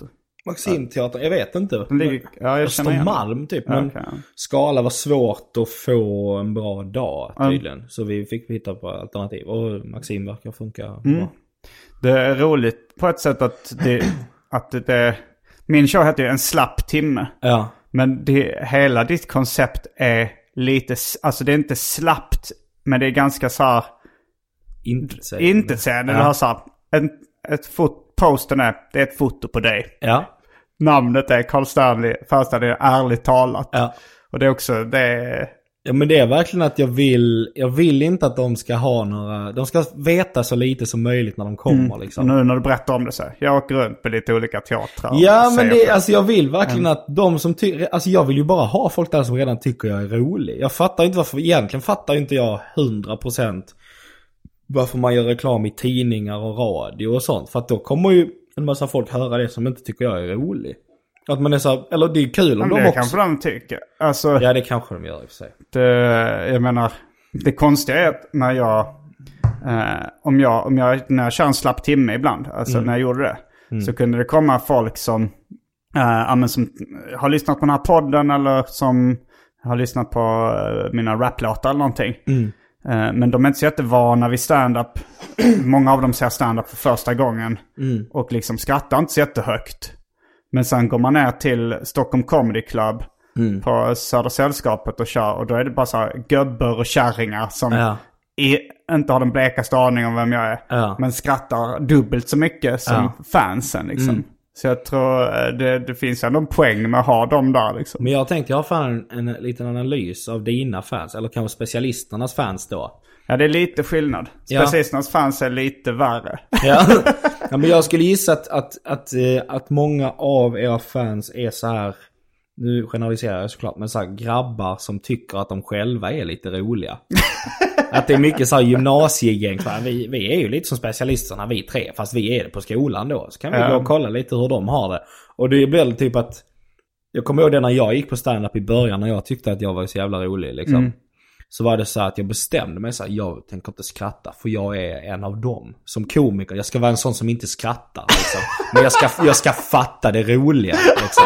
Maximteatern, jag vet inte. Den ligger, ja, jag känner igen. Östermalm typ. Men okay. Skala var svårt att få en bra dag tydligen. Mm. Så vi fick hitta på alternativ. Och Maxim verkar funka mm. bra. Det är roligt på ett sätt att det... att det min show heter ju En slapp timme. Ja. Men det, hela ditt koncept är lite... Alltså det är inte slappt, men det är ganska så här... Intetsägande. Intetsägande. Ja. Du har så här... En, ett fot, posten är... Det är ett foto på dig. Ja. Namnet är Carl Stanley. Föreställningen är Ärligt talat. Ja. Och det är också... Det är, ja, men det är verkligen att jag vill... Jag vill inte att de ska ha några... De ska veta så lite som möjligt när de kommer. Mm. Liksom. Nu när du berättar om det så här. Jag åker runt på lite olika teatrar. Ja, men det, alltså jag vill verkligen mm. att de som tycker... Alltså jag vill ju bara ha folk där som redan tycker jag är rolig. Jag fattar inte varför... Egentligen fattar inte jag hundra procent varför man gör reklam i tidningar och radio och sånt. För att då kommer ju en massa folk höra det som inte tycker jag är rolig. Att man är så här, eller det är kul om men de det också... kanske de tycker. Alltså, ja, det kanske de gör i och för sig. Det, jag menar, det konstiga är att när jag, eh, om jag, om jag, när jag kör en slapp timme ibland, alltså mm. när jag gjorde det, mm. så kunde det komma folk som, eh, som har lyssnat på den här podden eller som har lyssnat på eh, mina raplåtar eller någonting. Mm. Eh, men de är inte så jättevana vid stand-up. Många av dem ser stand-up för första gången mm. och liksom skrattar inte så jättehögt. Men sen går man ner till Stockholm Comedy Club mm. på Södra Sällskapet och kör. Och då är det bara så här gubbar och kärringar som ja. är, inte har den blekaste aning om vem jag är. Ja. Men skrattar dubbelt så mycket som ja. fansen liksom. Mm. Så jag tror det, det finns ändå en poäng med att ha dem där liksom. Men jag tänkte jag har fan en, en liten analys av dina fans. Eller kanske specialisternas fans då. Ja, det är lite skillnad. Specialisternas ja. fans är lite värre. Ja. Ja, men jag skulle gissa att, att, att, att många av era fans är så här, nu generaliserar jag såklart, men så här grabbar som tycker att de själva är lite roliga. Att det är mycket så här gymnasiegäng. Vi, vi är ju lite som specialisterna, vi tre, fast vi är det på skolan då. Så kan vi ja. gå och kolla lite hur de har det. Och det blir typ att, jag kommer ihåg det när jag gick på stand-up i början, när jag tyckte att jag var så jävla rolig liksom. Mm. Så var det så att jag bestämde mig så här, jag tänker inte skratta för jag är en av dem som komiker. Jag ska vara en sån som inte skrattar liksom. Men jag ska, jag ska fatta det roliga liksom.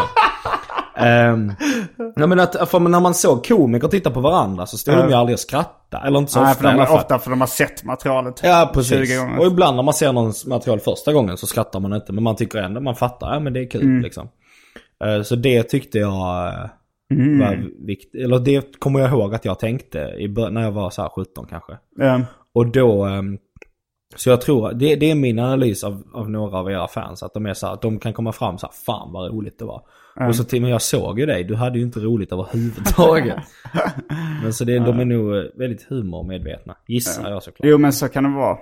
Um, ja, men att, för när man såg komiker titta på varandra så stod uh. de ju aldrig och skratta. Eller inte så Nej, ofta. För de är ofta för de har sett materialet. Ja, precis. Och ibland när man ser någons material första gången så skrattar man inte. Men man tycker ändå, man fattar, ja men det är kul mm. liksom. Uh, så det tyckte jag... Mm. Var vikt, eller det kommer jag ihåg att jag tänkte i, när jag var så här sjutton kanske. Mm. Och då um, så jag tror det, det är min analys av, av några av era fans att de är så här, att de kan komma fram så här, fan vad roligt det var. Mm. Och så till men jag såg ju dig, du hade ju inte roligt överhuvudtaget. Men så det, de är nog väldigt humormedvetna, gissar mm. jag såklart. Jo, men så kan det vara.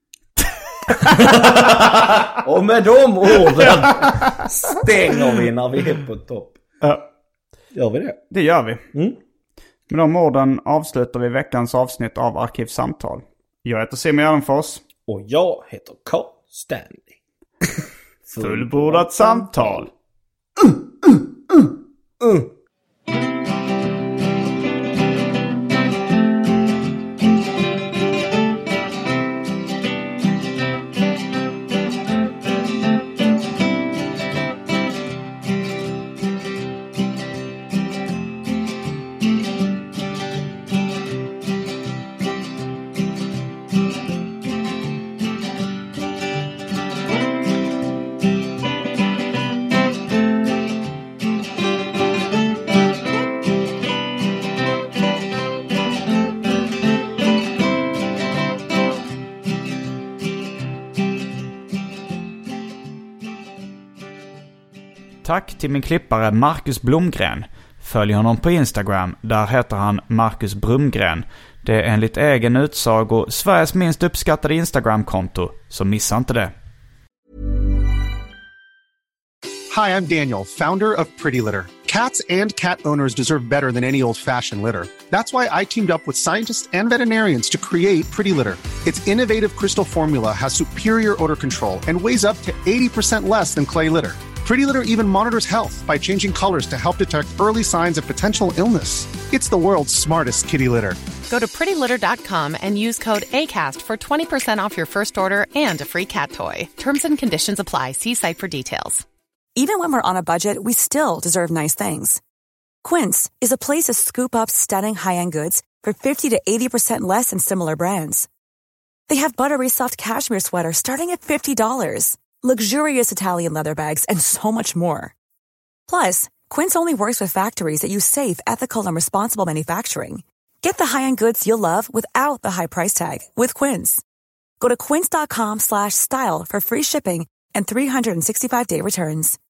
Och med de orden stänger vi när vi är på topp. Ja. Gör vi det? Det gör vi. Mm. Med de orden avslutar vi veckans avsnitt av Arkivsamtal. Jag heter Simon Gärdenfors. Och jag heter Carl Stanley. Fullbordat samtal. Mm, mm, mm, mm. Tack till min klippare Marcus Blomgren. Följ honom på Instagram, där heter han Marcus Brumgren. Det är enligt egen utsago Sveriges minst uppskattade Instagram-konto, så missa inte det. Hi, I'm Daniel, founder of Pretty Litter. Cats and cat owners deserve better than any old-fashioned litter. That's why I teamed up with scientists and veterinarians to create Pretty Litter. Its innovative crystal formula has superior odor control and weighs up to eighty percent less than clay litter. Pretty Litter even monitors health by changing colors to help detect early signs of potential illness. It's the world's smartest kitty litter. Go to pretty litter dot com and use code ACAST for twenty percent off your first order and a free cat toy. Terms and conditions apply. See site for details. Even when we're on a budget, we still deserve nice things. Quince is a place to scoop up stunning high-end goods for fifty to eighty percent less than similar brands. They have buttery soft cashmere sweaters starting at fifty dollars, luxurious Italian leather bags, and so much more. Plus, Quince only works with factories that use safe, ethical, and responsible manufacturing. Get the high-end goods you'll love without the high price tag with Quince. Go to quince.com slash style for free shipping and three sixty-five day returns.